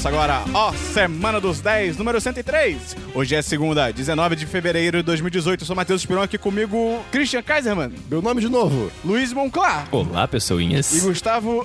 Começa agora, Semana dos 10, número 103. Hoje é segunda, 19 de fevereiro de 2018. Eu sou Matheus Esperon, aqui comigo, Christian Kaiserman. Meu nome de novo. Luiz Monclar. Olá, pessoinhas. E Gustavo...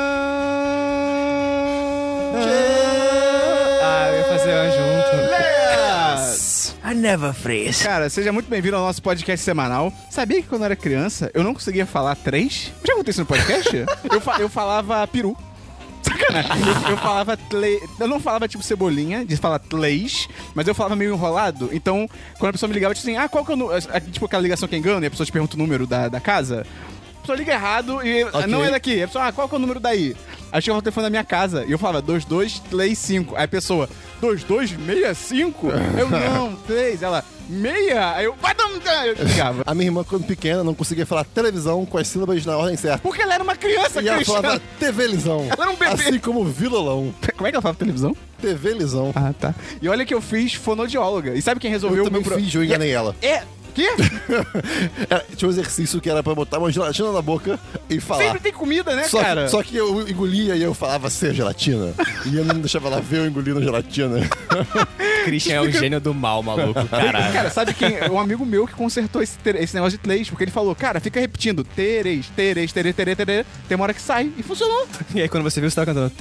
eu ia fazer um junto. Leas. I never freeze. Cara, seja muito bem-vindo ao nosso podcast semanal. Sabia que quando eu era criança, eu não conseguia falar 3? Já aconteceu no podcast? eu falava peru. Sacanagem. Eu falava eu não falava tipo cebolinha, de falar tleis, mas eu falava meio enrolado. Então, quando a pessoa me ligava, eu disse assim, qual que é o número? Tipo aquela ligação que engana e a pessoa te pergunta o número da casa. A pessoa liga errado e não é daqui. A pessoa, qual que é o número daí? Aí chegava o telefone da minha casa e eu falava 2235. Aí a pessoa, 2265? Eu não, 3. Ela, meia? Aí eu, vai dar um... Eu ligava. A minha irmã, quando pequena, não conseguia falar televisão com as sílabas na ordem certa. Porque ela era uma criança, E ela Christian. falava TV-lisão. Ela era um bebê. Assim como vilolão. Como é que ela falava televisão? TV-lisão. Ah, tá. E olha que eu fiz fonoaudióloga. E sabe quem resolveu Eu também fiz, eu enganei ela. Quê? Tinha um exercício que era pra botar uma gelatina na boca e falar. Sempre tem comida, né, cara? Só que eu engolia e eu falava ser gelatina. E eu não deixava ela ver eu engolindo gelatina. Christian é um gênio do mal, maluco. Caralho. Cara, sabe quem? Um amigo meu que consertou esse negócio de três, porque ele falou, cara, fica repetindo tereis, tereis, tereis, tereis, tereis, tem uma hora que sai. E funcionou. E aí, quando você viu, você tava cantando...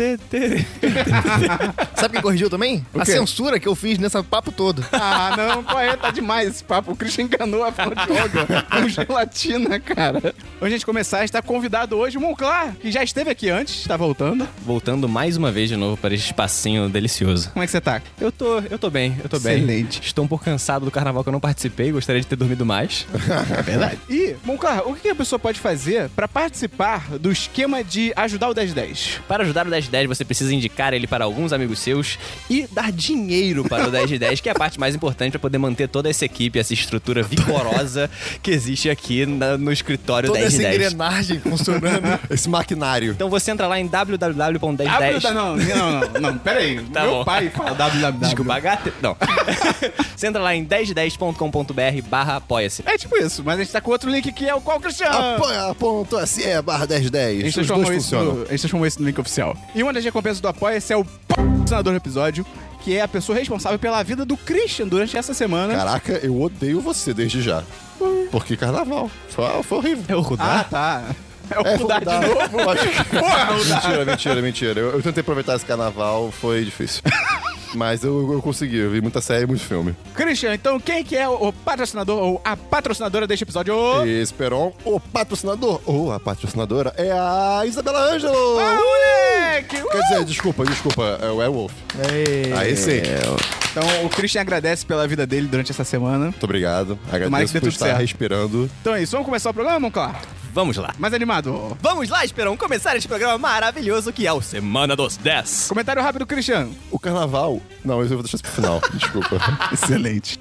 Sabe quem corrigiu também? O A quê? censura que eu fiz nesse papo todo. Ah, não, qual é? Tá demais esse papo. O Christian enganou a fonoaudióloga com gelatina, cara. Antes de a gente começar, a gente tá convidado hoje o Monclar, que já esteve aqui antes, tá voltando. Voltando mais uma vez de novo para este espacinho delicioso. Como é que você tá? Eu tô bem. Excelente. Estou um pouco cansado do carnaval que eu não participei, gostaria de ter dormido mais. É verdade. E, Monclar, o que a pessoa pode fazer pra participar do esquema de ajudar o 1010? Para ajudar o 1010, você precisa indicar ele para alguns amigos seus e dar dinheiro para o 1010, que é a parte mais importante para poder manter toda essa equipe, essa estrutura vigorosa que existe aqui no escritório Toda essa 1010. engrenagem funcionando. Esse maquinário. Então você entra lá em www.1010. Não, peraí. Tá Meu bom. pai fala www. Desculpa, Não. Você entra lá em 1010.com.br/apoia-se. É tipo isso, mas a gente tá com outro link que é o qual, Cristiano? Apoia.se/1010. A gente Os transformou dois funcionam. a gente transformou isso no link oficial. E uma das recompensas do Apoia-se é o patrocinador do episódio, que é a pessoa responsável pela vida do Christian durante essa semana. Caraca, eu odeio você desde já. Porque carnaval. Foi horrível. É o Ah, Rudá? tá. É o Rudá de Rudá. novo? Porra, Rudá. Mentira. Eu tentei aproveitar esse carnaval, foi difícil. Mas eu consegui, eu vi muita série e muito filme. Christian, então quem que é o patrocinador ou a patrocinadora deste episódio? E Esperon, o patrocinador, ou a patrocinadora, é a Isabela Ângelo! Ah, moleque! Quer dizer, desculpa, é o Werewolf. Aí sim. Então o Christian agradece pela vida dele durante essa semana. Muito obrigado. Tomara que Agradeço dê por tudo estar certo. respirando. Então é isso, vamos começar o programa, claro? Vamos lá. Mais animado. Vamos lá, Esperão, começar este programa maravilhoso que é o Semana dos 10. Comentário rápido, Christian. O carnaval... Não, eu vou deixar isso pro final, desculpa. Excelente.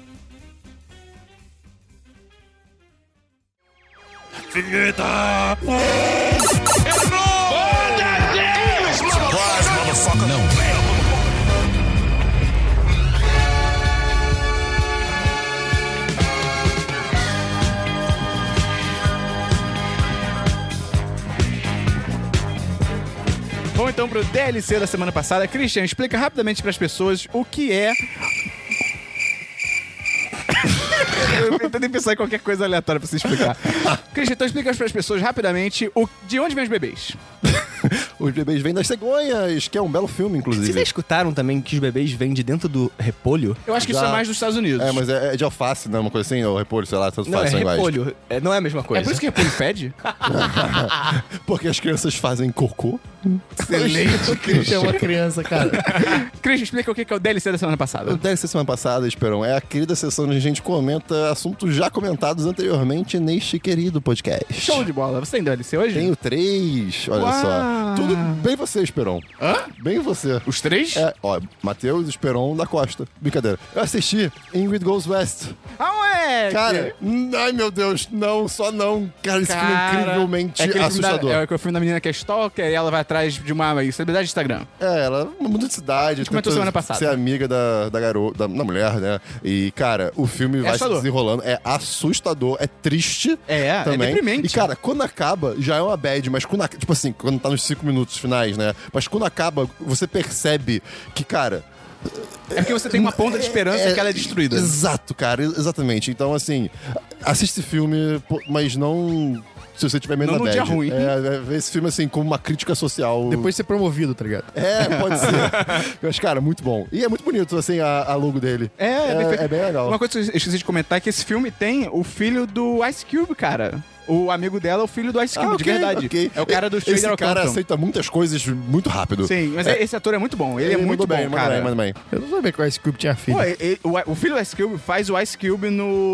Vinheta! Vamos então pro DLC da semana passada. Christian, explica rapidamente pras pessoas o que é... Eu tentei pensar em qualquer coisa aleatória pra você explicar. Christian, então explica pras pessoas rapidamente de onde vêm os bebês. Os bebês vêm das cegonhas, que é um belo filme, inclusive. Vocês já escutaram também que os bebês vêm de dentro do repolho? Eu acho que isso Já. é mais dos Estados Unidos. É, mas é de alface, né? Uma coisa assim, ou repolho, sei lá, tanto Não, faz, é são iguais. repolho. Não é a mesma É coisa. por isso que repolho fede? Porque as crianças fazem cocô. Excelente, Christian é uma criança, cara. Christian, explica o que é o DLC da semana passada. O DLC semana passada, Esperão, é a querida sessão onde a gente comenta assuntos já comentados anteriormente neste querido podcast. Show de bola. Você tem DLC hoje? Tenho 3, olha Uau. só. Tudo bem você, Esperon. Hã? Bem você. Os 3? É, ó, Matheus Esperon da Costa. Brincadeira. Eu assisti Ingrid Goes West. Ah, moleque! Cara, ai meu Deus, não, só não. Cara, esse filme é incrivelmente aquele filme assustador. É o filme da menina que é stalker e ela vai atrás de uma celebridade de Instagram. Ela muda de cidade. A gente comentou semana passada. Ser amiga da garota, da mulher, né? E, cara, o filme vai se assustador. desenrolando. É assustador, é triste É também. deprimente. E, cara, quando acaba, já é uma bad, mas quando, tipo assim, quando tá nos 5 minutos finais, né? Mas quando acaba, você percebe que, cara... É porque você tem uma ponta de esperança que ela é destruída. Exato, cara, exatamente. Então, assim, assiste esse filme, mas não... Se você tiver medo Não na no bad. dia ruim. Ver esse filme, assim, como uma crítica social. Depois de ser promovido, tá ligado? Pode ser. Mas, cara, muito bom. E é muito bonito, assim, a logo dele. É bem legal. Uma coisa que eu esqueci de comentar é que esse filme tem o filho do Ice Cube, cara. O amigo dela é o filho do Ice Cube, de verdade. ok. É o cara do Straight Esse Outta cara Compton. aceita muitas coisas muito rápido. Sim, mas esse ator é muito bom. Ele é muito mandou bom, cara. Manda bem. Eu não sabia que o Ice Cube tinha filho. Pô, o filho do Ice Cube faz o Ice Cube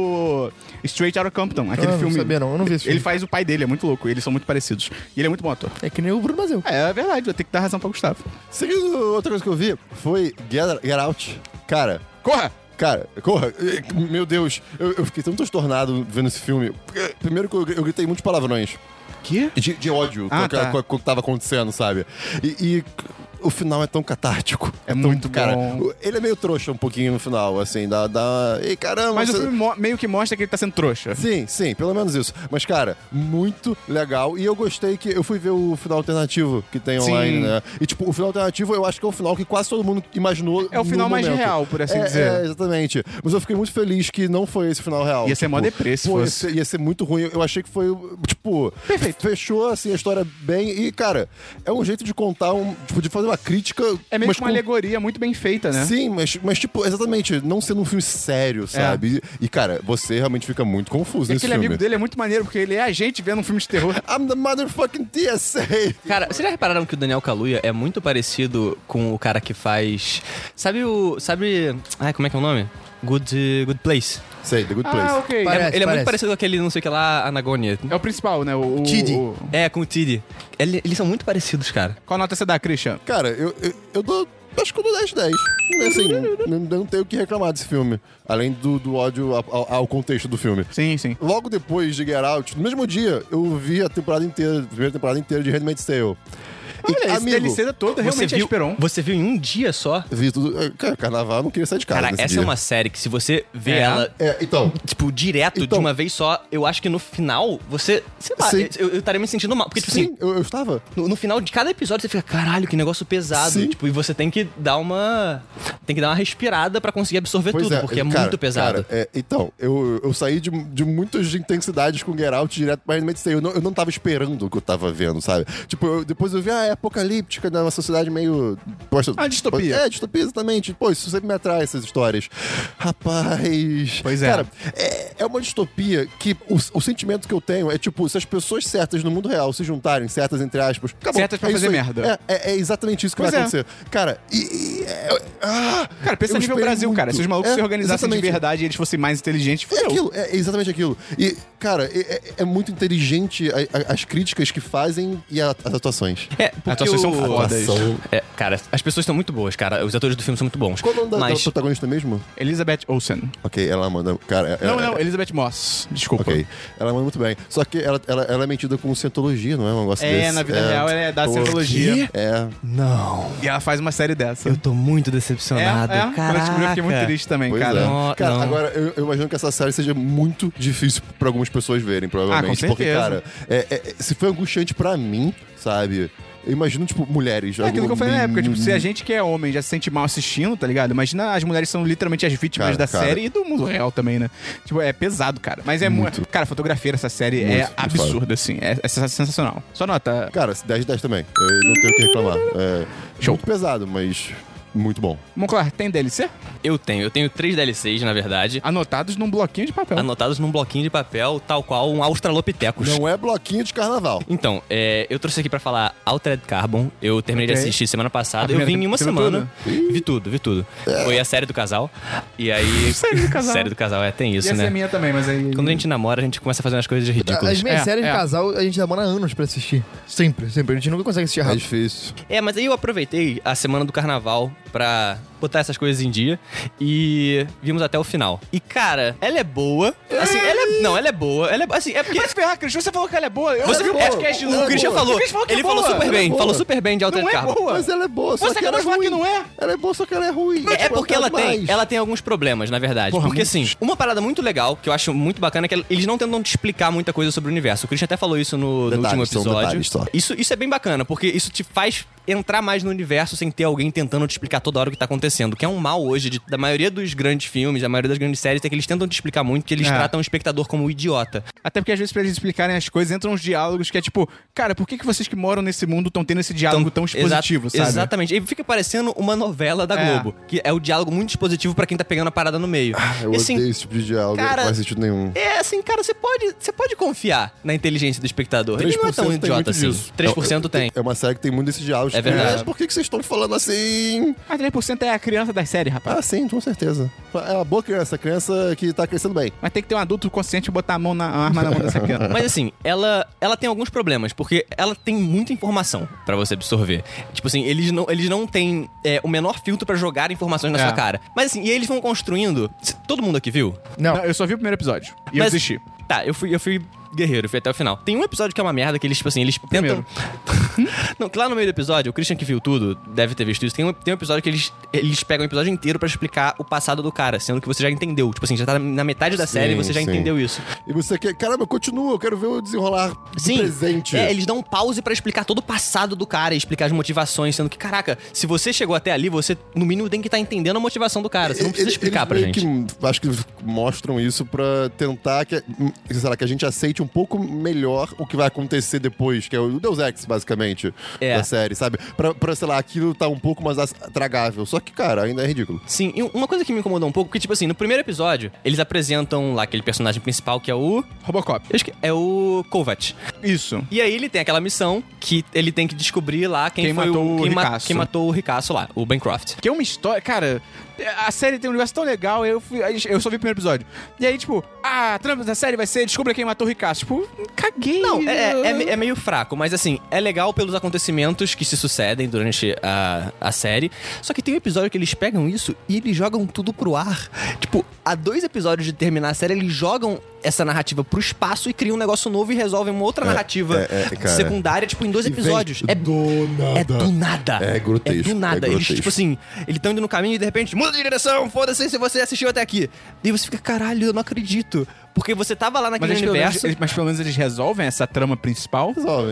no Straight Outta Compton, aquele Eu filme. não sabia não, eu não vi esse filme. Ele faz o pai dele, é muito louco. Eles são muito parecidos. E ele é muito bom ator. É que nem o Bruno Mazeu. É verdade, vou ter que dar razão pra Gustavo. Seguindo, outra coisa que eu vi foi Get Out. Cara, Corra! corra. Meu Deus, eu fiquei tão transtornado vendo esse filme. Primeiro que eu gritei muitos palavrões. Que? De ódio com o que tava acontecendo, sabe? E o final é tão catártico. É tão, muito cara, bom. ele é meio trouxa um pouquinho no final, assim, Ei, caramba! Mas o você- filme meio que mostra que ele tá sendo trouxa. Sim, pelo menos isso. Mas, cara, muito legal. E eu gostei que eu fui ver o final alternativo que tem Sim. online, né? E, tipo, o final alternativo eu acho que é o final que quase todo mundo imaginou. É o final no mais momento. real, por assim dizer. É, exatamente. Mas eu fiquei muito feliz que não foi esse final real. Ia ser mó deprê se pô, fosse. ia ser muito ruim. Eu achei que foi, tipo... Perfeito. Fechou, assim, a história bem. E, cara, é um jeito de contar, tipo, de fazer uma crítica... É meio mas que uma com- alegoria muito bem feita, né? Sim, mas, tipo, exatamente, não sendo um filme sério, sabe? E, cara, você realmente fica muito confuso E nesse aquele filme. amigo dele é muito maneiro, porque ele é a gente vendo um filme de terror. I'm the motherfucking TSA. Cara, vocês já repararam que o Daniel Kaluuya é muito parecido com o cara que faz... Sabe Ai, como é que é o nome? Good Place. Sei, The Good Place. Ah, ok. Parece. Ele é muito parecido com aquele não sei o que lá, Anagonia. É o principal, né? O Tiddy. É, com o Tiddy. Eles são muito parecidos, cara. Qual nota você dá, Christian? Cara, eu dou... Acho que eu dou 10/10. Assim, não tenho o que reclamar desse filme. Além do ódio ao contexto do filme. Sim, sim. Logo depois de Get Out, no mesmo dia, eu vi a primeira temporada inteira de Handmaid's Tale. E, Olha, esse amigo, DLC toda realmente é Esperon. Você viu em um dia só? vi tudo... Cara, carnaval, eu não queria sair de casa Cara, nesse essa dia. é uma série que se você vê É? ela, Então... tipo, direto Então- de uma vez só, eu acho que no final, você... Sei lá, Sim. eu estaria me sentindo mal. Porque, tipo Sim, assim, eu estava... no final de cada episódio você fica, caralho, que negócio pesado. Sim. Tipo, e você tem que dar uma... Tem que dar uma respirada pra conseguir absorver Pois tudo, porque é cara, muito pesado. Cara, então, eu saí de muitas intensidades com Get Out direto pra Handmaid's Tale. Eu não tava esperando o que eu tava vendo, sabe? Tipo, depois eu vi, é apocalíptica, né? Uma sociedade meio... distopia. É, distopia, exatamente. Pô, isso sempre me atrai, essas histórias. Rapaz... Pois é. Cara, é uma distopia que o sentimento que eu tenho é, tipo, se as pessoas certas no mundo real se juntarem, certas entre aspas... Acabou, Certas pra é fazer isso aí. merda. É exatamente isso que Pois vai é. acontecer. Cara, Cara, pensa eu a nível esperei Brasil, muito. cara. Se os malucos se organizassem de exatamente. verdade e eles fossem mais inteligentes, É fudeu. aquilo, é exatamente aquilo. E, cara, é muito inteligente as críticas que fazem e as atuações. É, porque Atuações são fodas. Cara, as pessoas são muito boas, cara. Os atores do filme são muito bons. Qual o nome da Mas protagonista mesmo? Elizabeth Olsen. Ok, ela manda. Cara, Não, Elizabeth Moss. Desculpa. Ok, ela manda muito bem. Só que ela é metida com cientologia, não é um negócio desse? Na vida real ela é da Pô, cientologia. É. Não. E ela faz uma série dessa. Eu tô muito decepcionado. Quando eu descobri, eu fiquei muito triste também, Pois cara. é. Não, Cara, não. agora eu imagino que essa série seja muito difícil pra algumas pessoas verem, provavelmente. Ah, com porque, certeza. cara, se foi angustiante pra mim, sabe? Eu imagino, tipo, mulheres. É aquilo que eu falei na época, tipo, se a gente gente que é homem já se sente mal assistindo, tá ligado? Imagina as mulheres são literalmente as vítimas Cara, da série e do mundo real também, né? Tipo, é pesado, cara. Mas é muito. Cara, a fotografia dessa série Muito, é muito absurda, assim. É sensacional. Só nota. Cara, 10/10 também. Eu não tenho o que reclamar. É Show. muito pesado, mas muito bom. Monclar, tem DLC? Eu tenho 3 DLCs, na verdade, Anotados num bloquinho de papel. anotados num bloquinho de papel, tal qual um Australopithecus. Não é bloquinho de carnaval. Então, eu trouxe aqui pra falar Altered Carbon. Eu terminei de Ok. assistir semana passada. A Eu vi primeira em uma você viu semana. Vi tudo. Foi a série do casal. E aí... Série do casal. Série do casal, tem isso, Ia ser né? minha também, mas aí. Quando a gente namora, a gente começa a fazer umas coisas ridículas. As minhas séries de é. casal, a gente demora anos pra assistir. Sempre. A gente nunca consegue assistir É rápido. difícil. Mas aí eu aproveitei a semana do carnaval pra botar essas coisas em dia e vimos até o final. E, cara, ela é boa. Assim, ela é boa. Ela é, assim, é porque... Vai se ferrar, Christian. Você falou que ela é boa. Eu Você, vi o podcast o Christian falou. O Christian falou que Ele é falou boa. super bem. Falou super bem de Altered Não é Carbon. boa. Mas ela é boa, só Você que ela acabou é de falar ruim. que não é. Ela é boa, só que ela é ruim. É Tipo, porque ela tem alguns problemas, na verdade. Porra, porque, muitos. assim, uma parada muito legal, que eu acho muito bacana, é que eles não tentam te explicar muita coisa sobre o universo. O Christian até falou isso no Detalhes, último são episódio. detalhes só. Isso é bem bacana, porque isso te faz entrar mais no universo sem ter alguém tentando te explicar toda hora o que tá acontecendo. Que é um mal hoje da maioria dos grandes filmes, da maioria das grandes séries, é que eles tentam te explicar muito, que eles tratam o espectador como um idiota. Até porque às vezes pra eles explicarem as coisas entram uns diálogos que é tipo, cara, por que vocês que moram nesse mundo estão tendo esse diálogo tão expositivo, sabe? Exatamente. E fica parecendo uma novela da Globo, que é o diálogo muito expositivo pra quem tá pegando a parada no meio. Eu E, assim, odeio esse tipo de diálogo, cara, não faz sentido nenhum. É assim, cara, você pode confiar na inteligência do espectador. Ele não é tão 3% tem idiota muito assim. disso. 3% tem. É uma série que tem muito desses diálogos. É verdade. Por que vocês estão falando assim? Mas 3% é a criança da série, rapaz. Ah, sim, com certeza. É uma boa criança, criança que tá crescendo bem. Mas tem que ter um adulto consciente e botar a arma na mão dessa criança. Mas assim, ela tem alguns problemas, porque ela tem muita informação pra você absorver. Tipo assim, eles não têm o menor filtro pra jogar informações na sua cara. Mas assim, e eles vão construindo... Todo mundo aqui viu? Não. Não, eu só vi o primeiro episódio. E eu Mas- desisti. Tá, eu fui guerreiro, fui até o final. Tem um episódio que é uma merda, que eles, tipo assim, eles tentam... Não, que lá no meio do episódio, o Christian que viu tudo, deve ter visto isso, tem um episódio que eles pegam o episódio inteiro pra explicar o passado do cara, sendo que você já entendeu. Tipo assim, já tá na metade da série e você já sim. entendeu isso. E você quer... Caramba, continua, eu quero ver o desenrolar do Sim, presente. eles dão um pause pra explicar todo o passado do cara e explicar as motivações, sendo que, caraca, se você chegou até ali, você, no mínimo, tem que estar entendendo a motivação do cara. Você não precisa explicar pra eles gente. meio que, acho que mostram isso pra tentar que a gente aceite um pouco melhor o que vai acontecer depois, que é o Deus Ex, basicamente, da série, sabe? Pra, sei lá, aquilo tá um pouco mais tragável. Só que, cara, ainda é ridículo. Sim, e uma coisa que me incomodou um pouco, porque, tipo assim, no primeiro episódio, eles apresentam lá aquele personagem principal que é o... Robocop. Eu acho que é o Kovac. Isso. E aí ele tem aquela missão que ele tem que descobrir lá quem foi matou o quem ricaço. quem matou o ricaço lá, o Bancroft. Que é uma história... Cara, a série tem um universo tão legal, eu só vi o primeiro episódio. E aí, tipo, a trama da série vai ser descubra quem matou o Ricasso. Tipo, caguei. Não, é meio fraco, mas assim, é legal pelos acontecimentos que se sucedem durante a série. Só que tem um episódio que eles pegam isso e eles jogam tudo pro ar. Tipo, há 2 episódios de terminar a série, eles jogam essa narrativa pro espaço e criam um negócio novo e resolvem uma outra narrativa cara. secundária, tipo, em 2 E vem episódios. do nada. É do nada. É grotesco, É do nada. é Eles, grotesco. tipo assim, eles estão indo no caminho e de repente, muda de direção, foda-se se você assistiu até aqui. E você fica, caralho, eu não acredito. Porque você tava lá naquele universo. Mas pelo menos eles resolvem essa trama principal. Resolve.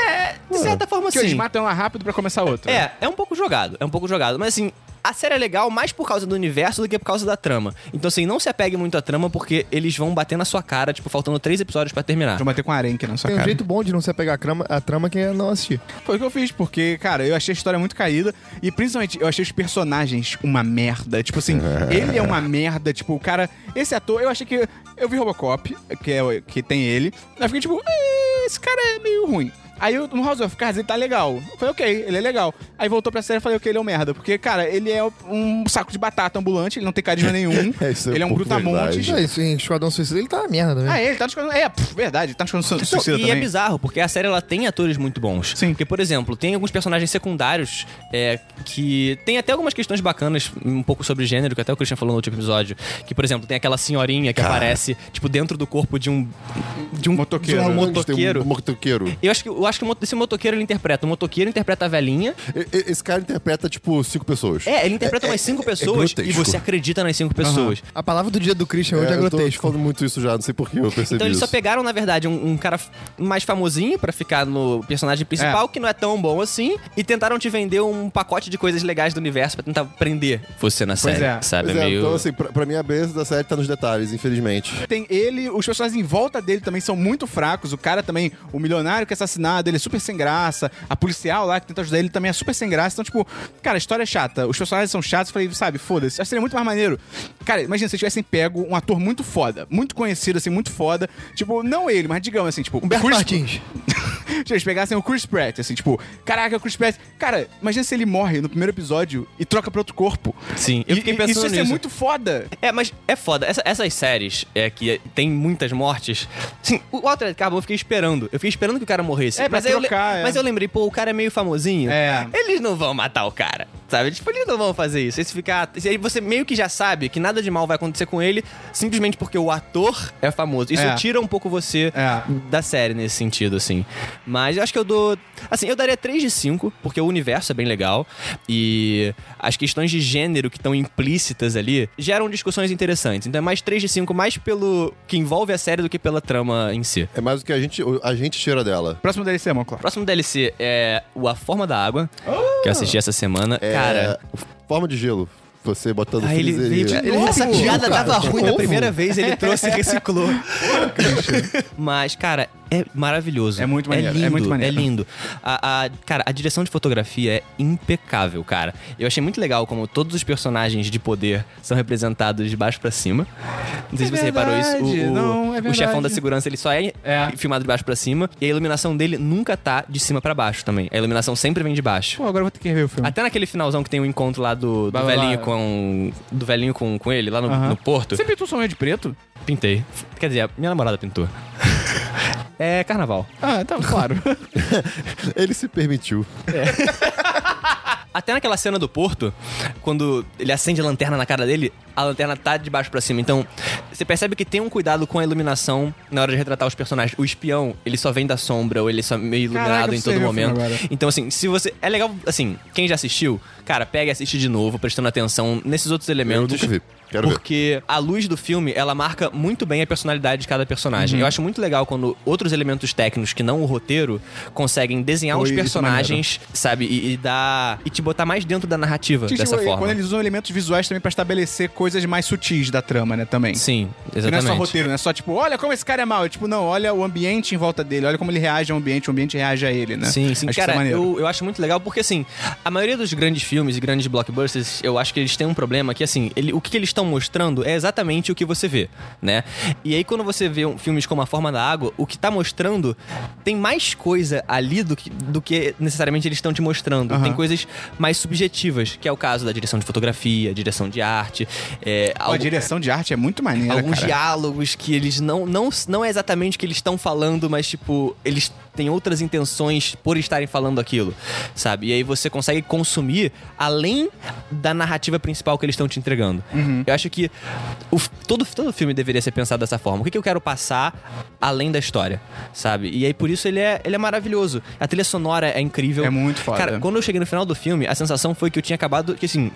De certa forma, Que eles sim. matam ela rápido pra começar outra. É um pouco jogado, Mas assim, a série é legal mais por causa do universo do que por causa da trama. Então assim, não se apegue muito à trama porque eles vão bater na sua cara, tipo, faltando 3 episódios pra terminar. Vou bater com a arenque na sua Tem um cara. jeito bom de não se apegar à trama que é não assistir. Foi o que eu fiz, porque, cara, eu achei a história muito caída. E principalmente, eu achei os personagens uma merda. Tipo assim, ele é uma merda. Tipo, o cara. Esse ator, eu achei que. Eu vi Robocop, que tem ele. Eu fiquei tipo, esse cara é meio ruim. Aí no House of Cards ele tá legal. Eu falei, ok, ele é legal. Aí voltou pra série e falei, ok, ele é um merda. Porque, cara, ele é um saco de batata ambulante, ele não tem carisma nenhum. Isso é ele é um pouco brutamontes. verdade. Isso, em Esquadrão Suicida ele tá uma merda também. Ah, ele tá no Esquadrão. Verdade, tá no Esquadrão Não, Suicida e também. é bizarro, porque a série ela tem atores muito bons. Sim. Porque, por exemplo, tem alguns personagens secundários que tem até algumas questões bacanas, um pouco sobre gênero, que até o Christian falou no último episódio. Que, por exemplo, tem aquela senhorinha que aparece, tipo, dentro do corpo de um Motoqueiro. de um Onde tem motoqueiro. um motoqueiro. Eu acho que esse motoqueiro ele interpreta. O motoqueiro interpreta a velhinha. Esse cara interpreta, tipo, 5 pessoas. Ele interpreta umas 5 pessoas e grotesco. você acredita nas 5 pessoas. A palavra do dia do Christian hoje é eu tô grotesco. falando muito isso já, não sei por que eu percebi Então eles isso. só pegaram, na verdade, um cara mais famosinho pra ficar no personagem principal, que não é tão bom assim, e tentaram te vender um pacote de coisas legais do universo pra tentar prender você na série, é. sabe? Pois É é, meio... então assim, pra mim a beleza da série tá nos detalhes, infelizmente. Tem ele, os personagens em volta dele também são muito fracos. O cara também, o milionário que é assassinado, ele é super sem graça. A policial lá que tenta ajudar ele também é super sem graça. Então, tipo, cara, a história é chata. Os personagens são chatos. Eu falei, sabe, foda-se. Acho que seria muito mais maneiro. Cara, imagina se eles tivessem pego um ator muito foda, muito conhecido, assim, muito foda. Tipo, não ele, mas digamos assim, tipo, Humberto Chris- Martins. Se eles pegassem o Chris Pratt, assim, tipo, caraca, o Chris Pratt. Cara, imagina se ele morre no primeiro episódio e troca pra outro corpo. Sim, eu fiquei pensando isso ia ser nisso. muito foda. Mas é foda. Essas séries que tem muitas mortes. Sim, o Altered Carbon eu fiquei esperando. Eu fiquei esperando que o cara morresse. É, pra mas, aí trocar, mas eu lembrei, pô, o cara é meio famosinho. É. Eles não vão matar o cara. Sabe? Tipo, eles não vão fazer isso. E aí você meio que já sabe que nada de mal vai acontecer com ele, simplesmente porque o ator é famoso. Isso tira um pouco você da série nesse sentido, assim. Mas eu acho que eu dou... Assim, eu daria 3 de 5, porque o universo é bem legal. E as questões de gênero que estão implícitas ali geram discussões interessantes. Então é mais 3 de 5, mais pelo que envolve a série do que pela trama em si. É mais do que a gente tira dela. Próximo DLC, Monclar. Próximo DLC é A Forma da Água, que eu assisti essa semana. Cara... Forma de gelo. Você botando ele veio de novo. Essa piada tava ruim da primeira vez, ele trouxe e reciclou. Mas, cara, é maravilhoso. É muito maneiro. É muito maneiro. É lindo. Cara, a direção de fotografia é impecável, cara. Eu achei muito legal como todos os personagens de poder são representados de baixo pra cima. Não sei se você reparou isso. O chefão da segurança, ele só é filmado de baixo pra cima. E a iluminação dele nunca tá de cima pra baixo também. A iluminação sempre vem de baixo. Pô, agora eu vou ter que rever o filme. Até naquele finalzão que tem o encontro lá do velhinho com ele, lá no porto. Você pintou sua unha de preto? Pintei. Quer dizer, a minha namorada pintou. É carnaval. Ah, então, claro. Ele se permitiu. Até naquela cena do porto, quando ele acende a lanterna na cara dele, a lanterna tá de baixo pra cima. Então, você percebe que tem um cuidado com a iluminação na hora de retratar os personagens. O espião, ele só vem da sombra, ou ele só meio iluminado em todo momento. Então, assim, se você... É legal, assim, quem já assistiu, cara, pega e assiste de novo, prestando atenção nesses outros elementos. Eu nunca vi. Quero porque a luz do filme, ela marca muito bem a personalidade de cada personagem. Eu acho muito legal quando outros elementos técnicos, que não o roteiro, conseguem desenhar os personagens, sabe? E te botar mais dentro da narrativa dessa forma. Quando eles usam elementos visuais também pra estabelecer coisas mais sutis da trama, né? Também. Sim, exatamente. Não é só roteiro, não é só tipo, olha como esse cara é mau. É tipo, não, olha o ambiente em volta dele, olha como ele reage ao ambiente, o ambiente reage a ele, né? Sim. Acho cara, eu acho muito legal porque, assim, a maioria dos grandes filmes e grandes blockbusters, eu acho que eles têm um problema que, assim, o que eles estão mostrando é exatamente o que você vê, né? E aí, quando você vê filmes como A Forma da Água, o que tá mostrando tem mais coisa ali do que necessariamente eles estão te mostrando. Tem coisas mais subjetivas, que é o caso da direção de fotografia, direção de arte. A direção de arte é muito maneira, alguns cara. diálogos que eles não é exatamente o que eles estão falando, mas, tipo, eles têm outras intenções por estarem falando aquilo, sabe? E aí você consegue consumir além da narrativa principal que eles estão te entregando. Eu acho que todo filme deveria ser pensado dessa forma. O que eu quero passar além da história, sabe? E aí, por isso, ele é maravilhoso. A trilha sonora é incrível. É muito foda. Cara, quando eu cheguei no final do filme, a sensação foi que eu tinha acabado...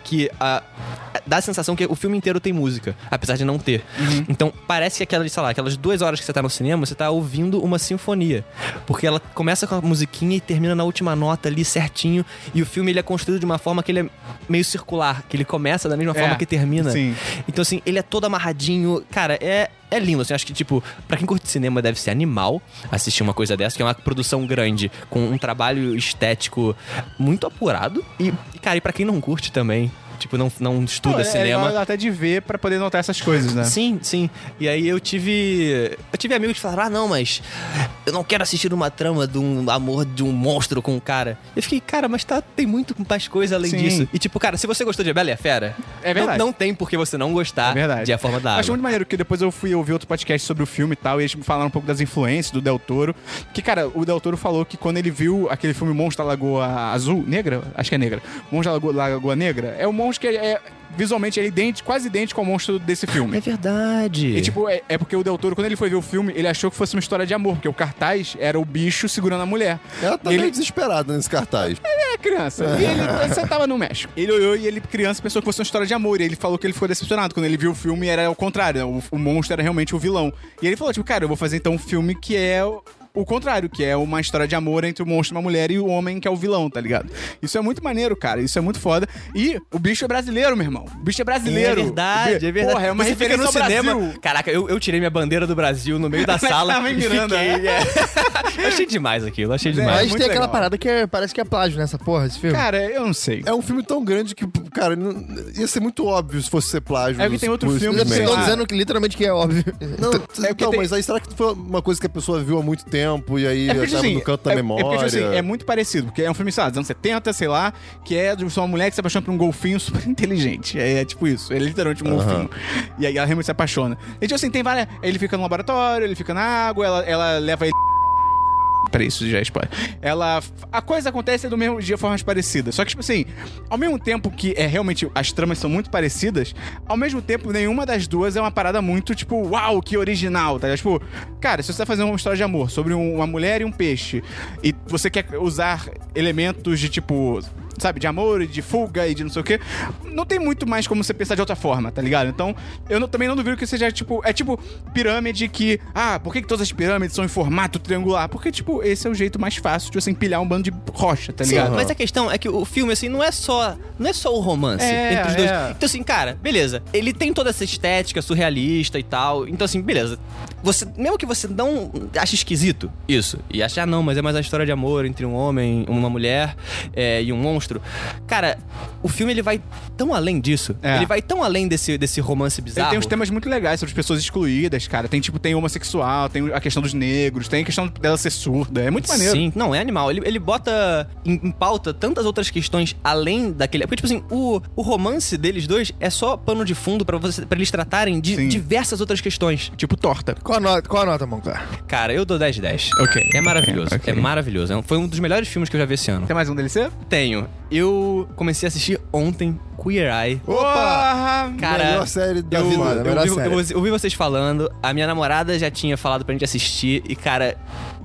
dá a sensação que o filme inteiro tem música, apesar de não ter. Então, parece que aquelas 2 horas que você tá no cinema, você tá ouvindo uma sinfonia. Porque ela começa com a musiquinha e termina na última nota ali certinho. E o filme, ele é construído de uma forma que ele é meio circular, que ele começa da mesma forma que termina. Sim. Então, assim, ele é todo amarradinho. Cara, é lindo, assim, acho que, tipo, pra quem curte cinema deve ser animal assistir uma coisa dessa, que é uma produção grande, com um trabalho estético muito apurado. E cara, e pra quem não curte também, tipo, não estuda cinema. É até de ver pra poder notar essas coisas, né? Sim. E aí eu tive amigos que falaram, não, mas eu não quero assistir uma trama de um amor de um monstro com um cara. Eu fiquei, cara, mas tem muito mais coisa além disso. E tipo, cara, se você gostou de A Bela e a Fera, é verdade. Não tem por que você não gostar de A Forma da Água. Acho muito maneiro, porque depois eu fui ouvir outro podcast sobre o filme e tal, e eles falaram um pouco das influências do Del Toro. Que, cara, o Del Toro falou que quando ele viu aquele filme Monstro da Lagoa Azul, Negra? Acho que é Negra. Monstro da Lagoa Negra, é um monstro que visualmente ele é quase idêntico ao monstro desse filme. É verdade. E tipo, é porque o Del Toro, quando ele foi ver o filme, ele achou que fosse uma história de amor, porque o cartaz era o bicho segurando a mulher. Ela tá meio desesperada nesse cartaz. Ele é criança. E ele tava no México. Ele olhou e ele, criança, pensou que fosse uma história de amor. E ele falou que ele ficou decepcionado. Quando ele viu o filme, era o contrário, né? O monstro era realmente o vilão. E ele falou, tipo, cara, eu vou fazer então um filme que é o contrário, que é uma história de amor entre o monstro e uma mulher e o homem que é o vilão, tá ligado? Isso é muito maneiro, cara. Isso é muito foda. E o bicho é brasileiro, meu irmão. O bicho é brasileiro. É verdade. Porra, é uma referência no cinema. Brasil. Caraca, eu tirei minha bandeira do Brasil no meio da sala e fiquei... Eu achei demais aquilo, achei demais. Mas tem aquela parada que parece que é plágio nessa porra, esse filme. Cara, eu não sei. É um filme tão grande que, cara, ia ser muito óbvio se fosse ser plágio. É que tem outro filme. Eu tô dizendo que literalmente que é óbvio. Mas aí será que foi uma coisa que a pessoa viu há muito tempo e aí tava no canto da memória? Porque, tipo assim, é muito parecido, porque é um filme, sei lá, dos anos 70, sei lá, que é de uma mulher que se apaixona por um golfinho super inteligente. É tipo isso, ele é literalmente um golfinho. E aí ela realmente se apaixona. E tipo assim, tem várias... Ele fica no laboratório, ele fica na água, ela leva ele... Peraí, isso já é spoiler. A coisa acontece de formas parecidas. Só que, tipo assim, ao mesmo tempo que realmente as tramas são muito parecidas, ao mesmo tempo nenhuma das duas é uma parada muito, tipo, uau, que original, tá ligado? Tipo, cara, se você tá fazendo uma história de amor sobre uma mulher e um peixe, e você quer usar elementos de, tipo, sabe, de amor e de fuga e de não sei o quê, não tem muito mais como você pensar de outra forma, tá ligado? Então, eu também não duvido que seja, tipo, tipo pirâmide que, por que todas as pirâmides são em formato triangular? Porque, tipo, esse é o jeito mais fácil de você empilhar um bando de rocha, tá ligado? Sim, mas a questão é que o filme, assim, não é só o romance entre os dois. Então, assim, cara, beleza, ele tem toda essa estética surrealista e tal, então, assim, beleza. Mesmo que você não ache esquisito isso, e ache, não, mas é mais a história de amor entre um homem, uma mulher e um monstro. Cara, o filme, ele vai tão além disso. Ele vai tão além desse romance bizarro. Ele tem uns temas muito legais sobre as pessoas excluídas, cara. Tem homossexual, tem a questão dos negros, tem a questão dela ser surda. É muito maneiro. Sim, não, é animal. Ele bota em pauta tantas outras questões além daquele... Porque, tipo assim, o romance deles dois é só pano de fundo pra eles tratarem de diversas outras questões. Tipo torta. Qual a nota, Monclar? Cara, eu dou 10 de 10. Ok. É maravilhoso. Okay. É maravilhoso. Foi um dos melhores filmes que eu já vi esse ano. Tem mais um DLC? Tenho. Eu comecei a assistir ontem Queer Eye. Opa! Cara, melhor série da vida. Eu ouvi vocês falando, a minha namorada já tinha falado pra gente assistir e, cara,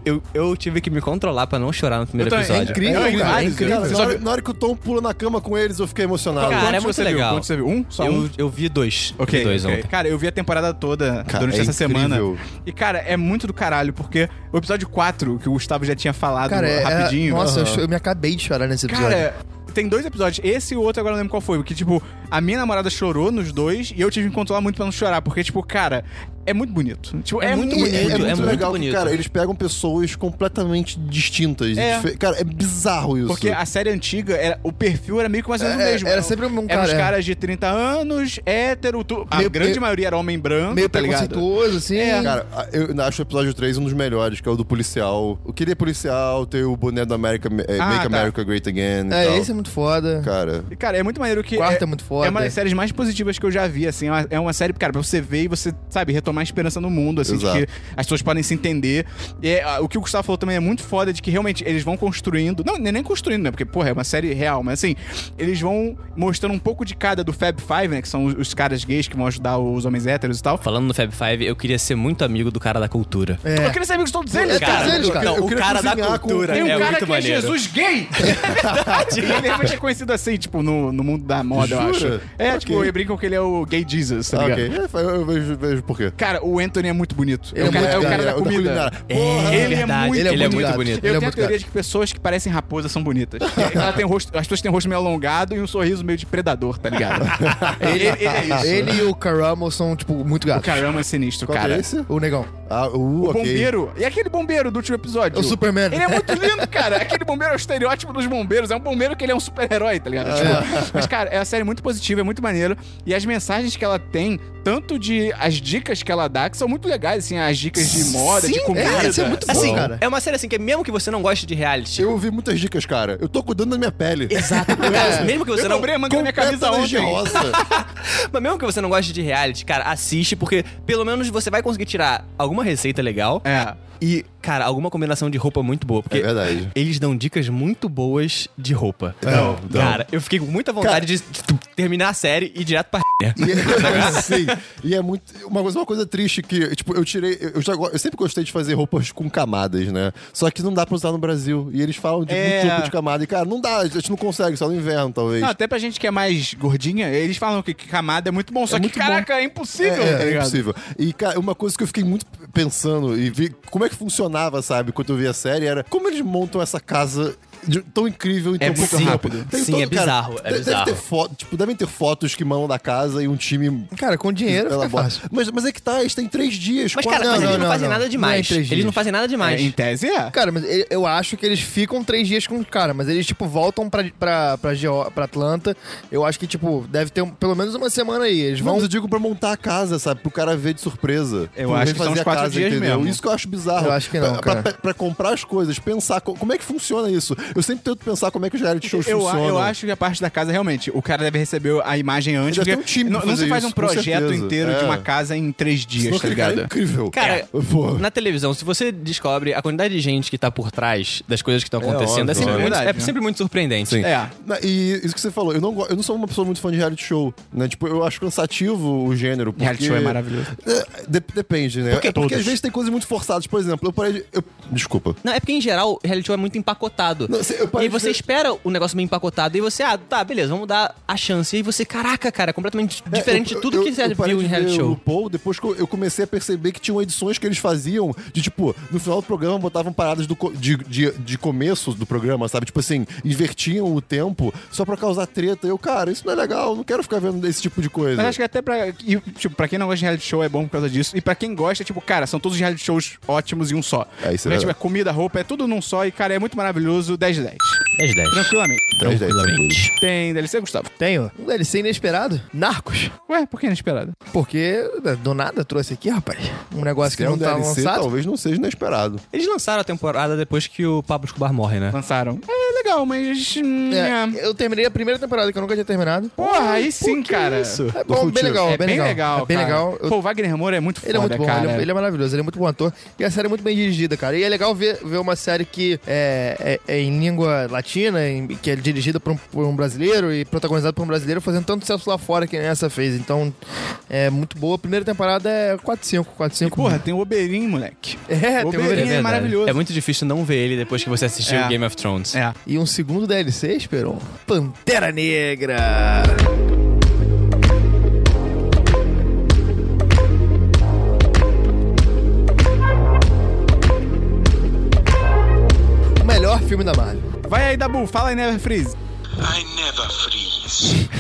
eu tive que me controlar pra não chorar no primeiro episódio. É incrível, cara. É incrível. Cara, na hora que o Tom pula na cama com eles, eu fiquei emocionado. Cara, é muito legal. Quantos você viu? Um? Só um? Eu vi dois. Ok. Ontem. Cara, eu vi a temporada toda durante essa semana. E, cara, é muito do caralho, porque o episódio 4, que o Gustavo já tinha falado rapidinho... Nossa, eu me acabei de chorar nesse episódio. Cara, tem 2 episódios. Esse e o outro, agora eu não lembro qual foi. Porque, tipo, a minha namorada chorou nos 2 e eu tive que controlar muito pra não chorar. Porque, tipo, cara, é muito bonito. Tipo, é muito bonito. É muito legal bonito. Que, cara, eles pegam pessoas completamente distintas. Cara, é bizarro isso. Porque a série antiga, o perfil era meio que mais ou menos o mesmo. Era sempre um cara. Eram os caras de 30 anos, hétero, a grande maioria era homem branco, meio tá ligado? preconceituoso, assim. Cara, eu acho o episódio 3 um dos melhores, que é o do policial. Eu queria policial, ter o boné do Make America Great Again e tal. Esse é muito foda. Cara, é muito maneiro que... Quarto é muito foda. É uma das séries mais positivas que eu já vi, assim. É uma série, cara, pra você ver e você, sabe, retomar a esperança no mundo, assim, Exato. de que as pessoas podem se entender. E o que o Gustavo falou também é muito foda, de que realmente eles vão construindo... Não, nem construindo, né? Porque, porra, é uma série real. Mas, assim, eles vão mostrando um pouco de cada do Fab Five, né? Que são os caras gays que vão ajudar os homens héteros e tal. Falando no Fab Five, eu queria ser muito amigo do cara da cultura. Eu queria ser amigo de todos eles, Cara, cara. o cara da cultura Tem um cara muito que maneiro. é Jesus gay! É verdade. Ele realmente é conhecido assim, tipo, no mundo da moda, eu acho. Tipo, eles brincam que ele é o gay Jesus, tá ligado? Ok, eu vejo por quê. Cara, o Anthony é muito bonito. Ele É o cara da comida. Ele é muito bonito. Eu tenho a teoria de que pessoas que parecem raposa são bonitas. Ela tem as pessoas têm um rosto meio alongado e um sorriso meio de predador, tá ligado? Ele é isso. Ele e o Caramo são, tipo, muito O gatos. caramba é sinistro, Qual cara. é esse? O negão. O ok. bombeiro. E aquele bombeiro do último episódio? O Superman. Ele é muito lindo, cara. Aquele bombeiro é o estereótipo dos bombeiros. É um bombeiro que ele é um super-herói, tá ligado? Tipo, mas, cara, é uma série muito positiva, é muito maneiro. E as mensagens que ela tem, tanto de as dicas que ela dá, que são muito legais, assim, as dicas de moda, de comida. Isso é muito bom, Assim, cara. é uma série assim que mesmo que você não goste de reality... Eu ouvi muitas dicas, cara. Eu tô cuidando da minha pele. Exato. Mesmo que você Eu não... comprei a manga da minha camisa ontem. Mas mesmo que você não goste de reality, cara, assiste, porque pelo menos você vai conseguir tirar alguma receita legal. E, cara, alguma combinação de roupa muito boa. Porque É verdade. eles dão dicas muito boas de roupa. Não. Cara, eu fiquei com muita vontade de terminar a série e ir direto pra Sim. E é muito. Uma coisa triste que, tipo, eu tirei. Eu sempre gostei de fazer roupas com camadas, né? Só que não dá pra usar no Brasil. E eles falam de muito roupa de camada. E, cara, não dá, a gente não consegue, só no inverno, talvez. Não, até pra gente que é mais gordinha, eles falam que camada é muito bom. Só que, muito caraca, é impossível, tá É ligado? impossível. E, cara, uma coisa que eu fiquei muito pensando e vi como é que funcionava, sabe, quando eu vi a série, era como eles montam essa casa tão incrível e tão pouco sim, rápido. sim, é bizarro, é bizarro. Devem ter fotos que mandam da casa e um time... Cara, com dinheiro fica elabora. fácil. Mas é que tá, eles têm 3 dias. Mas, 4 cara, dias. eles não fazem nada demais. Não é 3 Eles dias. não fazem nada demais. Em tese é. Cara, mas eu acho que eles ficam 3 dias com o cara, mas eles, tipo, voltam pra Atlanta. Eu acho que, tipo, deve ter pelo menos uma semana aí. Eles Não, vão... mas eu digo pra montar a casa, sabe? Pro cara ver de surpresa. Eu acho que são uns 4 dias mesmo. Isso que eu acho bizarro. Eu acho que não, cara. Pra comprar as coisas, pensar como é que funciona isso. Eu sempre tento pensar como é que os reality shows funcionam. Eu acho que a parte da casa, realmente, o cara deve receber a imagem antes. Deve ter Porque um time pra não se fazer faz um isso, com projeto certeza. inteiro de uma casa em 3 dias, Senão tá aquele cara ligado? é incrível. Cara, Pô. na televisão, se você descobre a quantidade de gente que tá por trás das coisas que estão acontecendo, óbvio, é, sempre é muito, verdade, é né? sempre muito surpreendente. Sim. É. E isso que você falou, eu não sou uma pessoa muito fã de reality show, né? Tipo, eu acho cansativo o gênero. Porque... Reality show é maravilhoso. Depende, né? Porque Porque todos. às vezes tem coisas muito forçadas. Por exemplo, eu parei de... Desculpa. Não, é porque em geral o reality show é muito empacotado. Não, eu E parei aí de você ver- espera o negócio meio empacotado e você, tá, beleza, vamos dar a chance. E aí você, caraca, cara, é completamente diferente de tudo que você parei viu de em reality ver show. o RuPaul depois que eu comecei a perceber que tinham edições que eles faziam de, tipo, no final do programa botavam paradas de começo do programa, sabe? Tipo assim, invertiam o tempo só pra causar treta. Eu, cara, isso não é legal, eu não quero ficar vendo esse tipo de coisa. Mas acho que até pra quem não gosta de reality show é bom por causa disso. E pra quem gosta, tipo, cara, são todos os reality shows ótimos em um só. É, isso é Porque, tipo, verdade. é comida, roupa, é tudo num só. E, cara, é muito maravilhoso. 10 de 10. 10 de 10. Tranquilamente. 10, 10, Tranquilamente. Tem DLC, Gustavo? Tenho um DLC inesperado, Narcos. Ué, por que inesperado? Porque do nada trouxe aqui, rapaz, um negócio Se que é não um tá DLC, lançado. talvez não seja inesperado. Eles lançaram a temporada depois que o Pablo Escobar morre, né? Lançaram. É legal, mas... Eu terminei a primeira temporada, que eu nunca tinha terminado. Porra, aí sim, cara. isso? É bom, bem legal, É bem legal, É bem cara. legal. Pô, o Wagner Moura é muito foda, Ele é muito bom, cara. ele é maravilhoso, ele é muito bom ator. E a série é muito bem dirigida, cara. E é legal ver uma série que é em língua latina, que é dirigida por um brasileiro e protagonizada por um brasileiro, fazendo tanto sucesso lá fora que nem essa fez. Então, é muito boa. A primeira temporada é 4-5. E, porra, tem o Oberyn, moleque. É, o tem uma Oberyn verdade. é maravilhoso. É muito difícil não ver ele depois que você assistiu É. Game of Thrones. É. E um segundo DLC, Esperon? Pantera Negra! O melhor filme da Marvel. Vai aí, Dabu, fala aí, Never Freeze. I never freeze.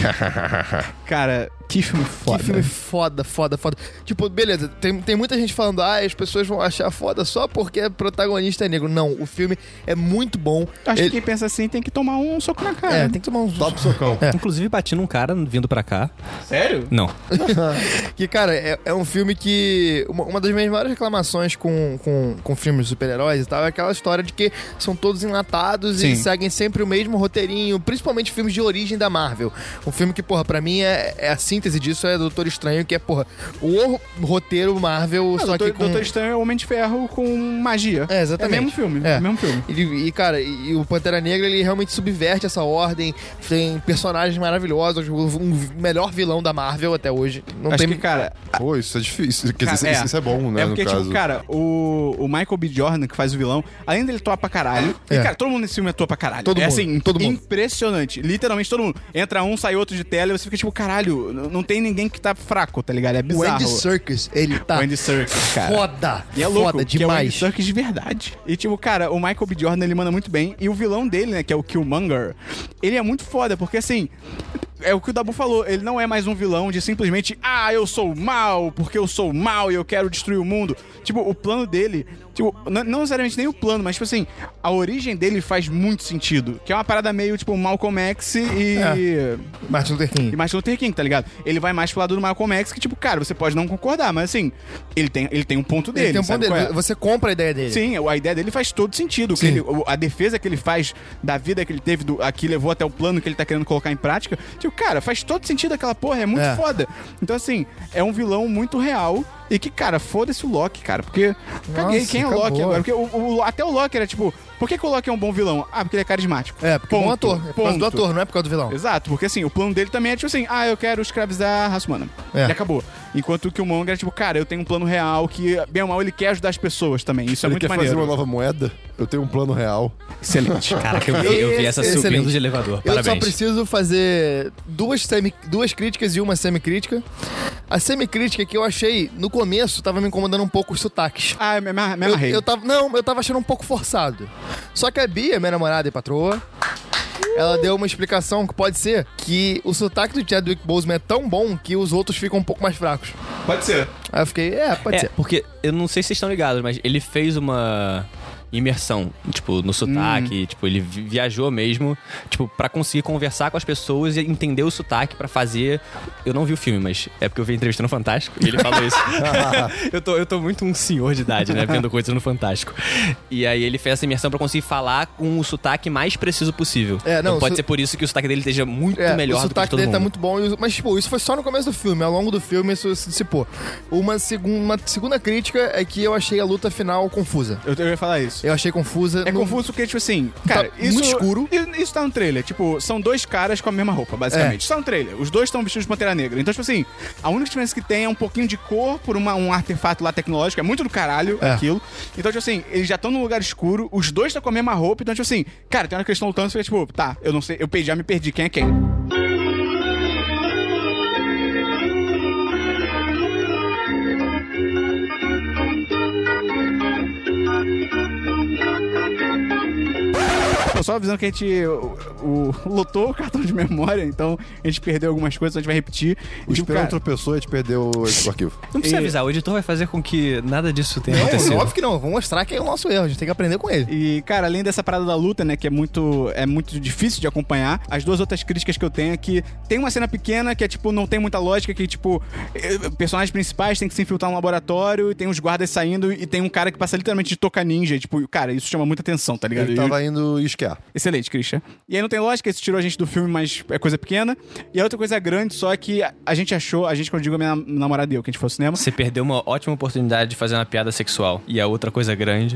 Cara, que filme foda. Que filme foda. Tipo, beleza, tem muita gente falando, as pessoas vão achar foda só porque o protagonista é negro. Não, o filme é muito bom. Acho que quem pensa assim tem que tomar um soco na cara. Tem que tomar um... Top socão. Inclusive, bati num cara vindo pra cá. Sério? Não. Que, cara, é um filme que... Uma das minhas maiores reclamações com filmes de super-heróis e tal é aquela história de que são todos enlatados Sim. e seguem sempre o mesmo roteirinho, principalmente filmes de origem da Marvel. Um filme que, porra, pra mim a síntese disso é Doutor Estranho, que é, porra, o roteiro Marvel, só que com... Doutor Estranho é o Homem de Ferro com magia. É, exatamente. É o mesmo filme. É. É o mesmo filme. E, cara, o Pantera Negra, ele realmente subverte essa ordem. Tem personagens maravilhosos, um melhor vilão da Marvel até hoje. Não Acho tem... que, cara... Pô, isso é difícil. Quer dizer, Cara, isso é bom, né, É porque, no caso. tipo, cara, o Michael B. Jordan, que faz o vilão, além dele atuar pra caralho, e, cara, todo mundo nesse filme atua pra caralho. Todo é mundo, assim, todo mundo. impressionante. Literalmente todo mundo. Entra um, sai outro de tela, e você fica tipo, caralho, não tem ninguém que tá fraco, tá ligado? É O bizarro. Andy Serkis, ele tá O Andy Serkis, cara. foda. E é louco, foda que é o Andy demais. Serkis de verdade. E, tipo, cara, o Michael B. Jordan, ele manda muito bem. E o vilão dele, né, que é o Killmonger, ele é muito foda, porque, assim... É o que o Dabu falou, ele não é mais um vilão de simplesmente, eu sou mal, porque eu sou mal e eu quero destruir o mundo. Tipo, o plano dele, tipo, não necessariamente nem o plano, mas, tipo assim, a origem dele faz muito sentido. Que é uma parada meio, tipo, Malcolm X e Martin Luther King. Martin Luther King, tá ligado? Ele vai mais pro lado do Malcolm X, que, tipo, cara, você pode não concordar, mas, assim, ele tem um ponto dele, Ele tem um ponto sabe dele. qual é? Você compra a ideia dele. Sim, a ideia dele faz todo sentido. Que Sim. a defesa que ele faz da vida que ele teve, aqui levou até o plano que ele tá querendo colocar em prática. Tipo, cara, faz todo sentido aquela porra, é muito foda. Então, assim, é um vilão muito real. E que, cara, foda-se o Loki, cara. Porque. Caguei, quem é o Loki acabou. agora? Porque até o Loki era tipo. Por que o Loki é um bom vilão? Porque ele é carismático. É, porque é um bom ator. É por causa do Ponto. ator, não é por causa do vilão. Exato, porque assim, o plano dele também é tipo assim, eu quero escravizar a raça humana. É. E acabou. Enquanto que o Killmonger é tipo, cara, eu tenho um plano real que, bem ou mal, ele quer ajudar as pessoas também. Isso é Ele muito quer maneiro. fazer uma nova moeda? Eu tenho um plano real. Excelente. Caraca, eu vi essa Excelente. subindo de elevador. Eu só Parabéns. preciso fazer duas críticas e uma semicrítica. A semicrítica que eu achei, no começo, tava me incomodando um pouco os sotaques. Me amarrei. Eu tava achando um pouco forçado. Só que a Bia, minha namorada e patroa, ela deu uma explicação que pode ser que o sotaque do Chadwick Boseman é tão bom que os outros ficam um pouco mais fracos. Pode ser. Aí eu fiquei, pode ser. Porque eu não sei se vocês estão ligados, mas ele fez uma imersão, tipo, no sotaque, tipo, ele viajou mesmo, tipo, pra conseguir conversar com as pessoas e entender o sotaque pra fazer... Eu não vi o filme, mas é porque eu vi a entrevista no Fantástico e ele falou isso. eu tô muito um senhor de idade, né, vendo coisas no Fantástico. E aí ele fez essa imersão pra conseguir falar com o sotaque mais preciso possível. Então pode ser por isso que o sotaque dele esteja muito melhor do que de todo mundo. O sotaque dele tá muito bom, mas, tipo, isso foi só no começo do filme. Ao longo do filme, isso se dissipou. Uma segunda crítica é que eu achei a luta final confusa. Eu ia falar isso. Eu achei confusa. É confuso porque, tipo assim, cara, tá muito escuro. Isso tá no trailer. Tipo, são dois caras com a mesma roupa, basicamente. Isso tá no trailer. Os dois estão vestidos de Pantera Negra. Então, tipo assim, a única diferença que tem é um pouquinho de cor por um artefato lá tecnológico. É muito do caralho aquilo. Então, tipo assim, eles já estão num lugar escuro. Os dois estão com a mesma roupa. Então, tipo assim, cara, tem uma questão lutando. Você fica tipo, tá, eu não sei, já me perdi. Quem é quem? Só avisando que a gente lotou o cartão de memória, então a gente perdeu algumas coisas, a gente vai repetir. O Esperão tropeçou e a gente perdeu o arquivo. Não precisa avisar, o editor vai fazer com que nada disso tenha acontecido. Óbvio que não, vamos mostrar que é o nosso erro, a gente tem que aprender com ele. E, cara, além dessa parada da luta, né, que é muito difícil de acompanhar, as duas outras críticas que eu tenho é que tem uma cena pequena que é, tipo, não tem muita lógica, que, tipo, personagens principais têm que se infiltrar no laboratório, e tem os guardas saindo, e tem um cara que passa literalmente de toca ninja, e, tipo, cara, isso chama muita atenção, tá ligado? Ele tava indo esquiar. Excelente, Christian. E aí não tem lógica, isso tirou a gente do filme, mas é coisa pequena. E a outra coisa grande, só que a gente achou, quando eu digo a minha namorada e eu, que a gente foi ao cinema. Você perdeu uma ótima oportunidade de fazer uma piada sexual. E a outra coisa grande.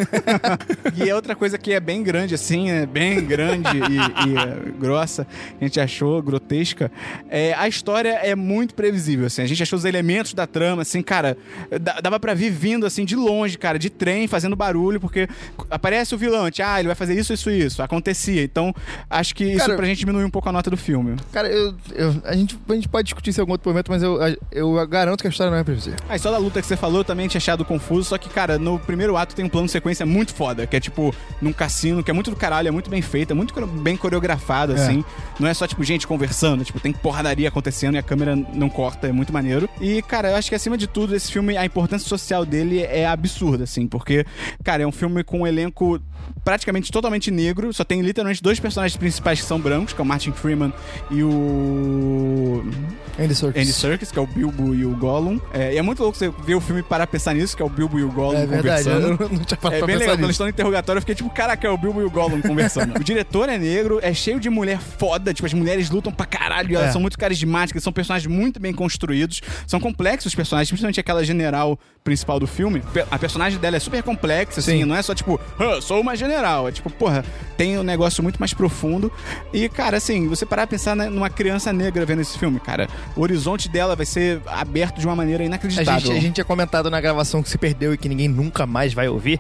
E a outra coisa que é bem grande, assim, bem grande e grossa, a gente achou grotesca. A história é muito previsível, assim. A gente achou os elementos da trama, assim, cara, dava pra vir vindo, assim, de longe, cara, de trem, fazendo barulho, porque aparece o vilão, ele vai fazer isso. Acontecia. Então, acho que isso pra gente diminuir um pouco a nota do filme. Cara, a gente pode discutir isso em algum outro momento, mas eu garanto que a história não é previsível. A história da luta que você falou, eu também tinha achado confuso, só que, cara, no primeiro ato tem um plano de sequência muito foda, que é, tipo, num cassino, que é muito do caralho, é muito bem feito, é muito bem coreografado, assim. Não é só, tipo, gente conversando, tipo, tem porradaria acontecendo e a câmera não corta, é muito maneiro. E, cara, eu acho que, acima de tudo, esse filme, a importância social dele é absurda, assim, porque, cara, é um filme com um elenco praticamente totalmente negro, só tem literalmente dois personagens principais que são brancos, que é o Martin Freeman e o... Andy Serkis, que é o Bilbo e o Gollum. E é muito louco você ver o filme e parar a pensar nisso, que é o Bilbo e o Gollum conversando. Eu não tinha parado pra bem pensar legal, nisso. quando eles estão no interrogatório, eu fiquei tipo, caraca, é o Bilbo e o Gollum conversando. O diretor é negro, é cheio de mulher foda, tipo, as mulheres lutam pra caralho, elas são muito carismáticas, são personagens muito bem construídos, são complexos os personagens, principalmente aquela general principal do filme. A personagem dela é super complexa, assim, não é só tipo, sou uma general, é tipo, porra, tem um negócio muito mais profundo. E, cara, assim, você parar a pensar numa criança negra vendo esse filme, cara, o horizonte dela vai ser aberto de uma maneira inacreditável. A gente tinha comentado na gravação que se perdeu e que ninguém nunca mais vai ouvir,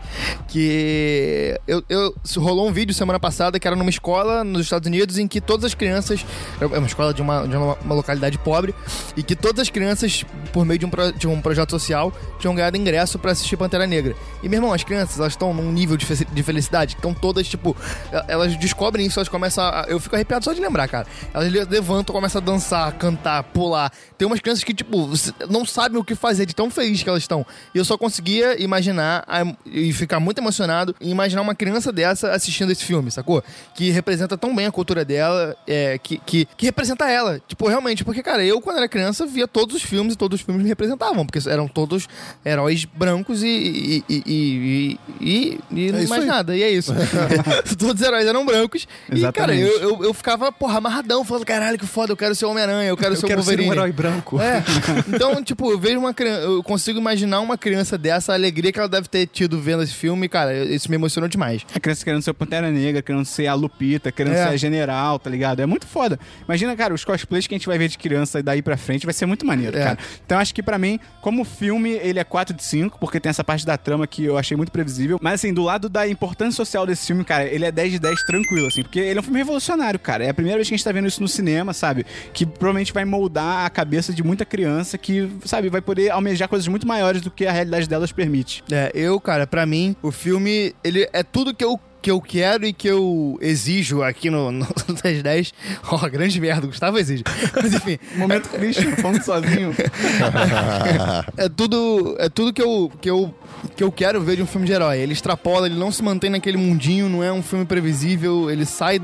que rolou um vídeo semana passada que era numa escola nos Estados Unidos em que todas as crianças, é uma escola de uma localidade pobre, e que todas as crianças, por meio de um projeto social, tinham ganhado ingresso pra assistir Pantera Negra. E, meu irmão, as crianças, elas estão num nível de felicidade, estão todas, tipo, elas descobrem isso, elas começam eu fico arrepiado só de lembrar, cara. Elas levantam, começam a dançar, cantar, pular. Tem umas crianças que, tipo, não sabem o que fazer de tão feliz que elas estão. E eu só conseguia imaginar e ficar muito emocionado em imaginar uma criança dessa assistindo esse filme, sacou? Que representa tão bem a cultura dela, que representa ela. Tipo, realmente, porque, cara, eu, quando era criança, via todos os filmes e todos os filmes me representavam, porque eram todos heróis brancos e mais nada. E é isso. Todos os heróis eram brancos. Exatamente. E, cara, eu ficava, porra, amarradão, falando, caralho, que foda, eu quero ser o Homem-Aranha, eu quero ser o Wolverine. Ser um herói branco. Então, tipo, eu vejo eu consigo imaginar uma criança dessa, a alegria que ela deve ter tido vendo esse filme, cara, isso me emocionou demais. A criança querendo ser o Pantera Negra, querendo ser a Lupita, querendo ser a General, tá ligado? É muito foda. Imagina, cara, os cosplays que a gente vai ver de criança daí pra frente vai ser muito maneiro, cara. Então, acho que pra mim, como filme, ele é 4 de 5, porque tem essa parte da trama que eu achei muito previsível. Mas, assim, do lado da importância social desse filme, cara, ele é 10 de 10 tranquilo, assim, porque ele é um filme revolucionário, cara. É a primeira vez que a gente tá vendo isso no cinema, sabe? Que provavelmente vai moldar a cabeça de muita criança que, sabe, vai poder almejar coisas muito maiores do que a realidade delas permite. Cara, pra mim, o filme, ele é tudo que eu que eu quero e que eu exijo aqui no 1010. Ó, grande merda, Gustavo exige. Mas enfim. Momento Christian, falando sozinho. É tudo que eu quero ver de um filme de herói. Ele extrapola, ele não se mantém naquele mundinho, não é um filme previsível, ele sai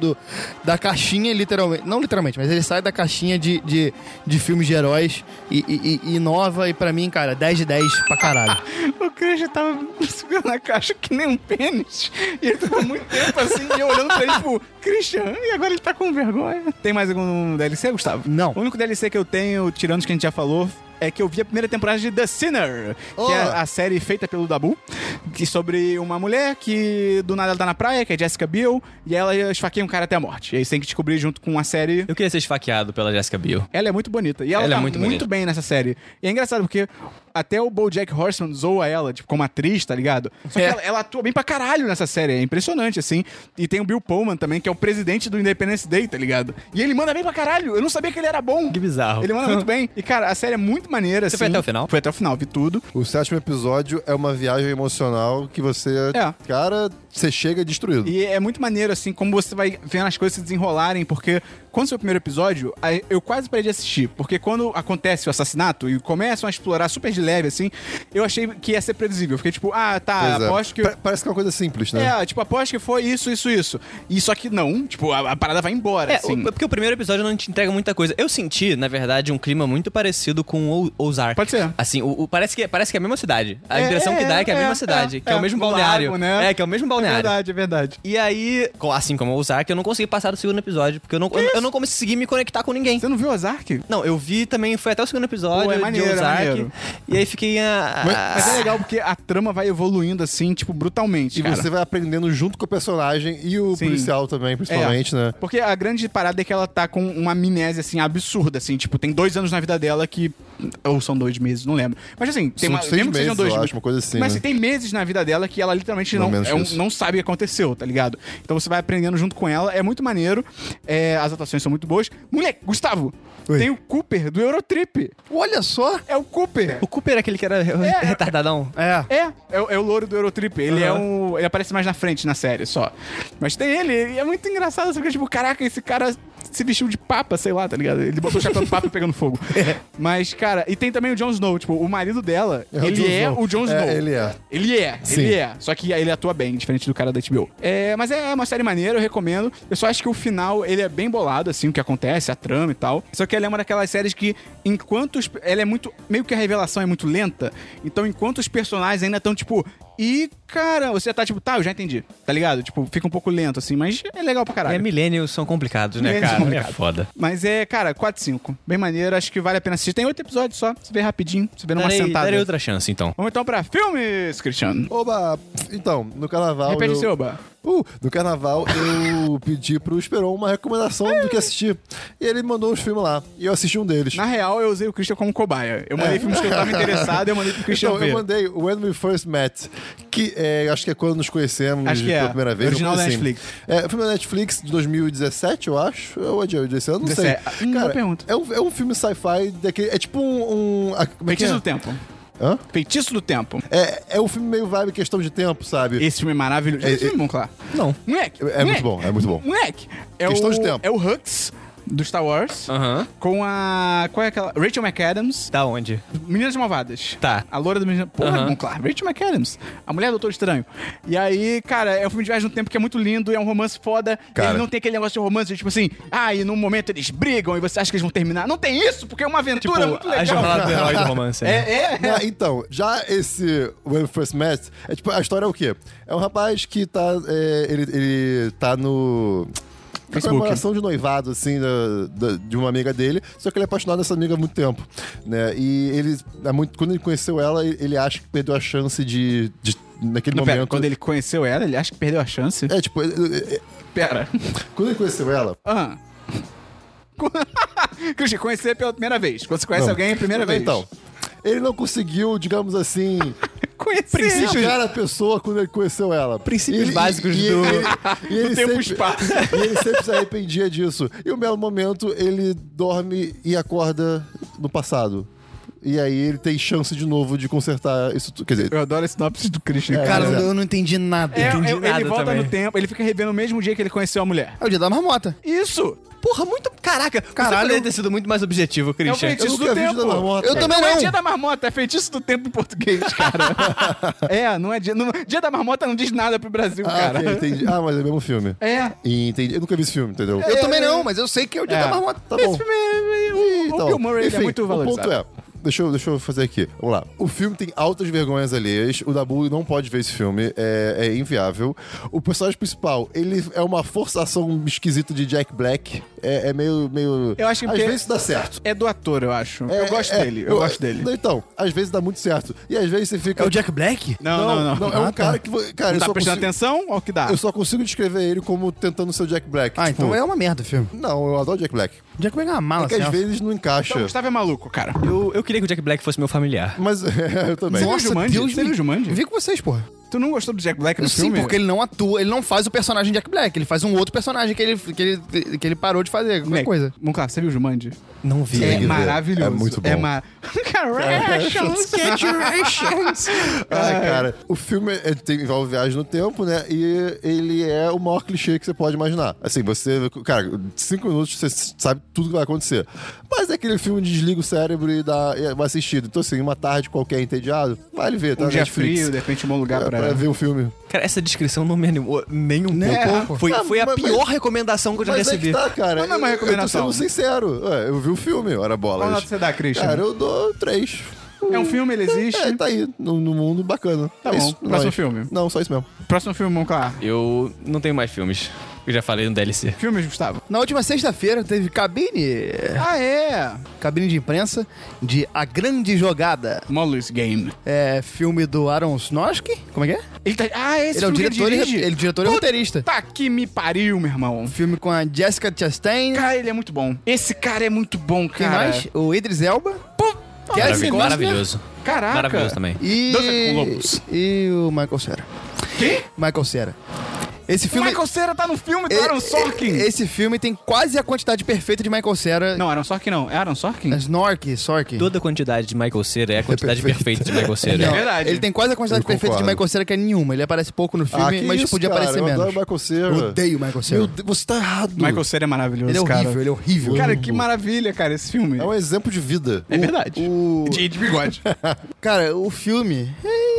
da caixinha, literalmente. Não literalmente, mas ele sai da caixinha de filmes de heróis e inova, e pra mim, cara, 10 de 10 pra caralho. O Christian tava segurando a caixa que nem um pênis. E ele tava muito tempo assim, e eu olhando pra ele, tipo, Christian, e agora ele tá com vergonha. Tem mais algum DLC, Gustavo? Não. O único DLC que eu tenho, tirando os que a gente já falou, é que eu vi a primeira temporada de The Sinner, que é a série feita pelo Dabu, que sobre uma mulher que do nada ela tá na praia, que é Jessica Biel, e ela esfaqueia um cara até a morte. E aí você tem que descobrir junto com a série. Eu queria ser esfaqueado pela Jessica Biel. Ela é muito bonita. E ela Ela é tá muito muito bonita. bem nessa série. E é engraçado porque até o BoJack Horseman zoa ela, tipo, como atriz, tá ligado? Só que ela atua bem pra caralho nessa série. É impressionante, assim. E tem o Bill Pullman também, que é o presidente do Independence Day, tá ligado? E ele manda bem pra caralho. Eu não sabia que ele era bom. Que bizarro. Ele manda muito bem. E, cara, a série é muito maneira, Você assim. foi até o final? Foi até o final, vi tudo. O 7º episódio é uma viagem emocional que você... É. Cara, você chega destruído. E é muito maneiro, assim, como você vai vendo as coisas se desenrolarem, porque quando foi o primeiro episódio, eu quase parei de assistir, porque quando acontece o assassinato e começam a explorar super de leve, assim, eu achei que ia ser previsível. Eu fiquei tipo, Pois é. aposto que... Parece que é uma coisa simples, né? tipo, aposto que foi isso. E só que não, tipo, a parada vai embora, assim. Porque o primeiro episódio não te entrega muita coisa. Eu senti, na verdade, um clima muito parecido com o Ozark. Pode ser. Assim, parece que é a mesma cidade. A impressão que dá é que é a mesma cidade. Que é o mesmo no balneário. lago, né? Que é o mesmo balneário. É verdade. E aí, assim como o Ozark, eu não consegui passar do segundo episódio, porque eu não consegui me conectar com ninguém. Você não viu Ozark? Não, eu vi também, foi até o segundo episódio Pô, é maneiro, de é Ozark. maneiro. E aí fiquei... Mas é legal porque a trama vai evoluindo, assim, tipo, brutalmente, E cara. você vai aprendendo junto com o personagem e o Sim. policial também, principalmente, né? Porque a grande parada é que ela tá com uma amnésia, assim, absurda, assim. Tipo, tem 2 anos na vida dela que... Ou são 2 meses, não lembro. Mas, assim, tem São uma... 6 mesmo que sejam meses, 2 eu meses. acho, uma coisa assim, Mas, né? assim, tem meses na vida dela que ela literalmente Não, menos que isso. não sabe o que aconteceu, tá ligado? Então você vai aprendendo junto com ela. É muito maneiro. As atuações são muito boas. Moleque, Gustavo, Oi. tem o Cooper do Eurotrip. Olha só! É o Cooper. O Cooper é aquele que era retardadão? É o louro do Eurotrip. Ele ele aparece mais na frente na série, só. Mas tem ele, e é muito engraçado, porque, tipo, caraca, esse cara se vestiu de papa, sei lá, tá ligado? Ele botou o chapéu do papa pegando fogo. Mas, cara, e tem também o Jon Snow, tipo, o marido dela, ele é o Jon Snow. Ele é. Ele é. Só que ele atua bem, diferente do cara da HBO. Mas é uma série maneira, eu recomendo. Eu só acho que o final, ele é bem bolado, assim, o que acontece, a trama e tal. Só que ela é uma daquelas séries que, ela é muito... Meio que a revelação é muito lenta. Então, enquanto os personagens ainda estão, tipo... E, cara, você tá tipo, eu já entendi, tá ligado? Tipo, fica um pouco lento, assim, mas é legal pra caralho. Millennials são complicados, né, Millennials cara? são complicados. É foda. Mas cara, 4-5. Bem maneiro, acho que vale a pena assistir. Tem 8 episódios só, você vê rapidinho, você vê numa sentada. Darei outra chance, então. Vamos então pra filmes, Cristiano. Oba! Então, no carnaval. Repete o seu, Oba. No carnaval eu pedi pro Esperon uma recomendação do que assistir. E ele mandou uns filmes lá. E eu assisti um deles. Na real, eu usei o Christian como cobaia. Eu mandei filmes que eu tava interessado e eu mandei pro Christian Então, ver. eu mandei When We First Met, que acho que é quando nos conhecemos Acho que pela é. primeira vez. Original uma da coisa assim. Netflix. É filme da Netflix de 2017, eu acho. Ou é desse ano? Não sei. 17. Boa pergunta. É um filme sci-fi daquele. É tipo como é que Feitiço é? do Tempo. Hã? Feitiço do Tempo. É um filme meio vibe questão de tempo, sabe? Esse filme é maravilhoso. Esse filme é bom, claro. Não. Moleque. É muito bom, é muito bom. Moleque. Questão de tempo. É o Hux do Star Wars. Aham. Com a... Qual é aquela? Rachel McAdams. Da onde? Meninas Malvadas. Tá. A loura do Meninas... Porra, bom, claro. Rachel McAdams. A mulher do Doutor Estranho. E aí, cara, é um filme de viagem no tempo que é muito lindo, é um romance foda. Cara. Ele não tem aquele negócio de romance, tipo assim, e num momento eles brigam e você acha que eles vão terminar. Não tem isso, porque é uma aventura muito legal. A jornada do herói do romance. né? Não, então, já esse When We First Met, a história é o quê? É um rapaz que tá. Ele tá no. Na Facebook. comemoração de noivado, assim, de uma amiga dele, só que ele é apaixonado nessa amiga há muito tempo, né? E ele, quando ele conheceu ela, ele acha que perdeu a chance de naquele Não, momento... pera, quando ele conheceu ela, ele acha que perdeu a chance? tipo... Pera. Quando ele conheceu ela... Christian, conhecer pela primeira vez. Quando você conhece Não. alguém, é a primeira vez. Então, ele não conseguiu, digamos assim... Conhecer. Achar a pessoa quando ele conheceu ela. Princípios básicos do tempo e espaço. E ele sempre se arrependia disso. E um belo momento, ele dorme e acorda no passado. E aí ele tem chance de novo de consertar isso tudo. Quer dizer, Eu adoro a sinopse do Christian. Cara, mas eu não entendi nada. Ele volta no tempo, ele fica revendo o mesmo dia que ele conheceu a mulher. É o dia da marmota. Isso! Porra, muito... Caraca, você Caralho. poderia ter sido muito mais objetivo, É o Christian. feitiço do nunca vi tempo. Dia da Marmota. Eu também Não é não. dia da marmota, é feitiço do tempo em português, cara. Não é dia... dia da marmota não diz nada pro Brasil, cara. ok, entendi. Ah, mas é o mesmo filme. É. Entendi. Eu nunca vi esse filme, entendeu? Eu também não, mas eu sei que é o dia da marmota. Tá bom. Esse filme o Então, Bill Murray ele é enfim, muito o valorizado. ponto é... Deixa eu fazer aqui. Vamos lá. O filme tem altas vergonhas alheias. O Dabu não pode ver esse filme. É inviável. O personagem principal, ele é uma forçação esquisita de Jack Black. É meio... Eu acho que às porque- vezes dá certo. É do ator, eu acho. Eu gosto dele, eu gosto dele. Então, às vezes dá muito certo. E às vezes você fica... É o Jack Black? Não. É um cara que... Cara, Não eu tá só prestando consigo... atenção ao que dá. Eu só consigo descrever ele como tentando ser o Jack Black. Ah, Tipo, então é uma merda o filme. Não, eu adoro Jack Black. Jack Black é uma mala, É que às assim, ó. vezes não encaixa. Então, o Gustavo é maluco, cara. Eu queria que o Jack Black fosse meu familiar. Mas eu também. Você viu Nossa, Jumanji? Deus Você viu Jumanji? Eu vi com vocês, porra. Tu não gostou do Jack Black no Sim, filme? porque ele não atua, ele não faz o personagem Jack Black, ele faz um outro personagem que ele parou de fazer, qualquer Moleque, coisa. Vamos lá, você viu Jumanji? Não vi. É que ver. maravilhoso. É muito bom. É Congratulations. Cara, o filme envolve viagem no tempo, né? E ele é o maior clichê que você pode imaginar. Assim, cara, 5 minutos você sabe tudo que vai acontecer. Mas é aquele filme de desliga o cérebro e dá uma assistida. Então, assim, uma tarde qualquer entediado, vale ver, tá? Um na dia Netflix. frio, de repente um bom lugar Pra ver o filme. Cara, essa descrição não me animou nem um Né? pouco. Foi a mas- pior recomendação que eu já Mas é recebi. que tá, cara. Mas não é uma recomendação. Eu tô sendo sincero. Eu vi o filme, ora bolas. Qual nota você dá, Christian? Cara, eu dou 3. É um filme, ele existe. Tá aí, no mundo, bacana. Tá É bom. isso, Próximo nós. filme. Não, só isso mesmo. Próximo filme, vamos lá. Eu não tenho mais filmes. Eu já falei no DLC. Filmes, Gustavo. Na última sexta-feira teve cabine de imprensa de A Grande Jogada. Molly's Game. É filme do Aaron Sorkin, como é que é? Esse Ele é o filme diretor, que ele dirige? ele é diretor e roteirista. Tá que me pariu, meu irmão. Filme com a Jessica Chastain. Cara, ele é muito bom. Esse cara é muito bom, Quem cara. mais? O Idris Elba. Pô, Cassie Costner. Maravilhoso. Caraca. Maravilhoso também. E... Dança com Lobos. E o Michael Cera. Quem? Michael Cera. Esse O filme... Michael Cera tá no filme do Aaron Sorkin. Esse filme tem quase a quantidade perfeita de Michael Cera. Não, Aaron Sorkin não. É Aaron Sorkin? Sorkin. Toda a quantidade de Michael Cera é a quantidade perfeita de Michael Cera. Não. Não, verdade. Ele tem quase a quantidade Eu perfeita de concordo. Michael Cera que é nenhuma. Ele aparece pouco no filme, que mas isso, podia cara, aparecer eu menos. adoro Michael Cera. Eu odeio Michael Cera. Meu Deus, você tá errado. Michael Cera é maravilhoso, Ele é cara. horrível, ele é horrível. Cara, que maravilha, cara, esse filme. É um exemplo de vida. É verdade. De bigode. Cara, o filme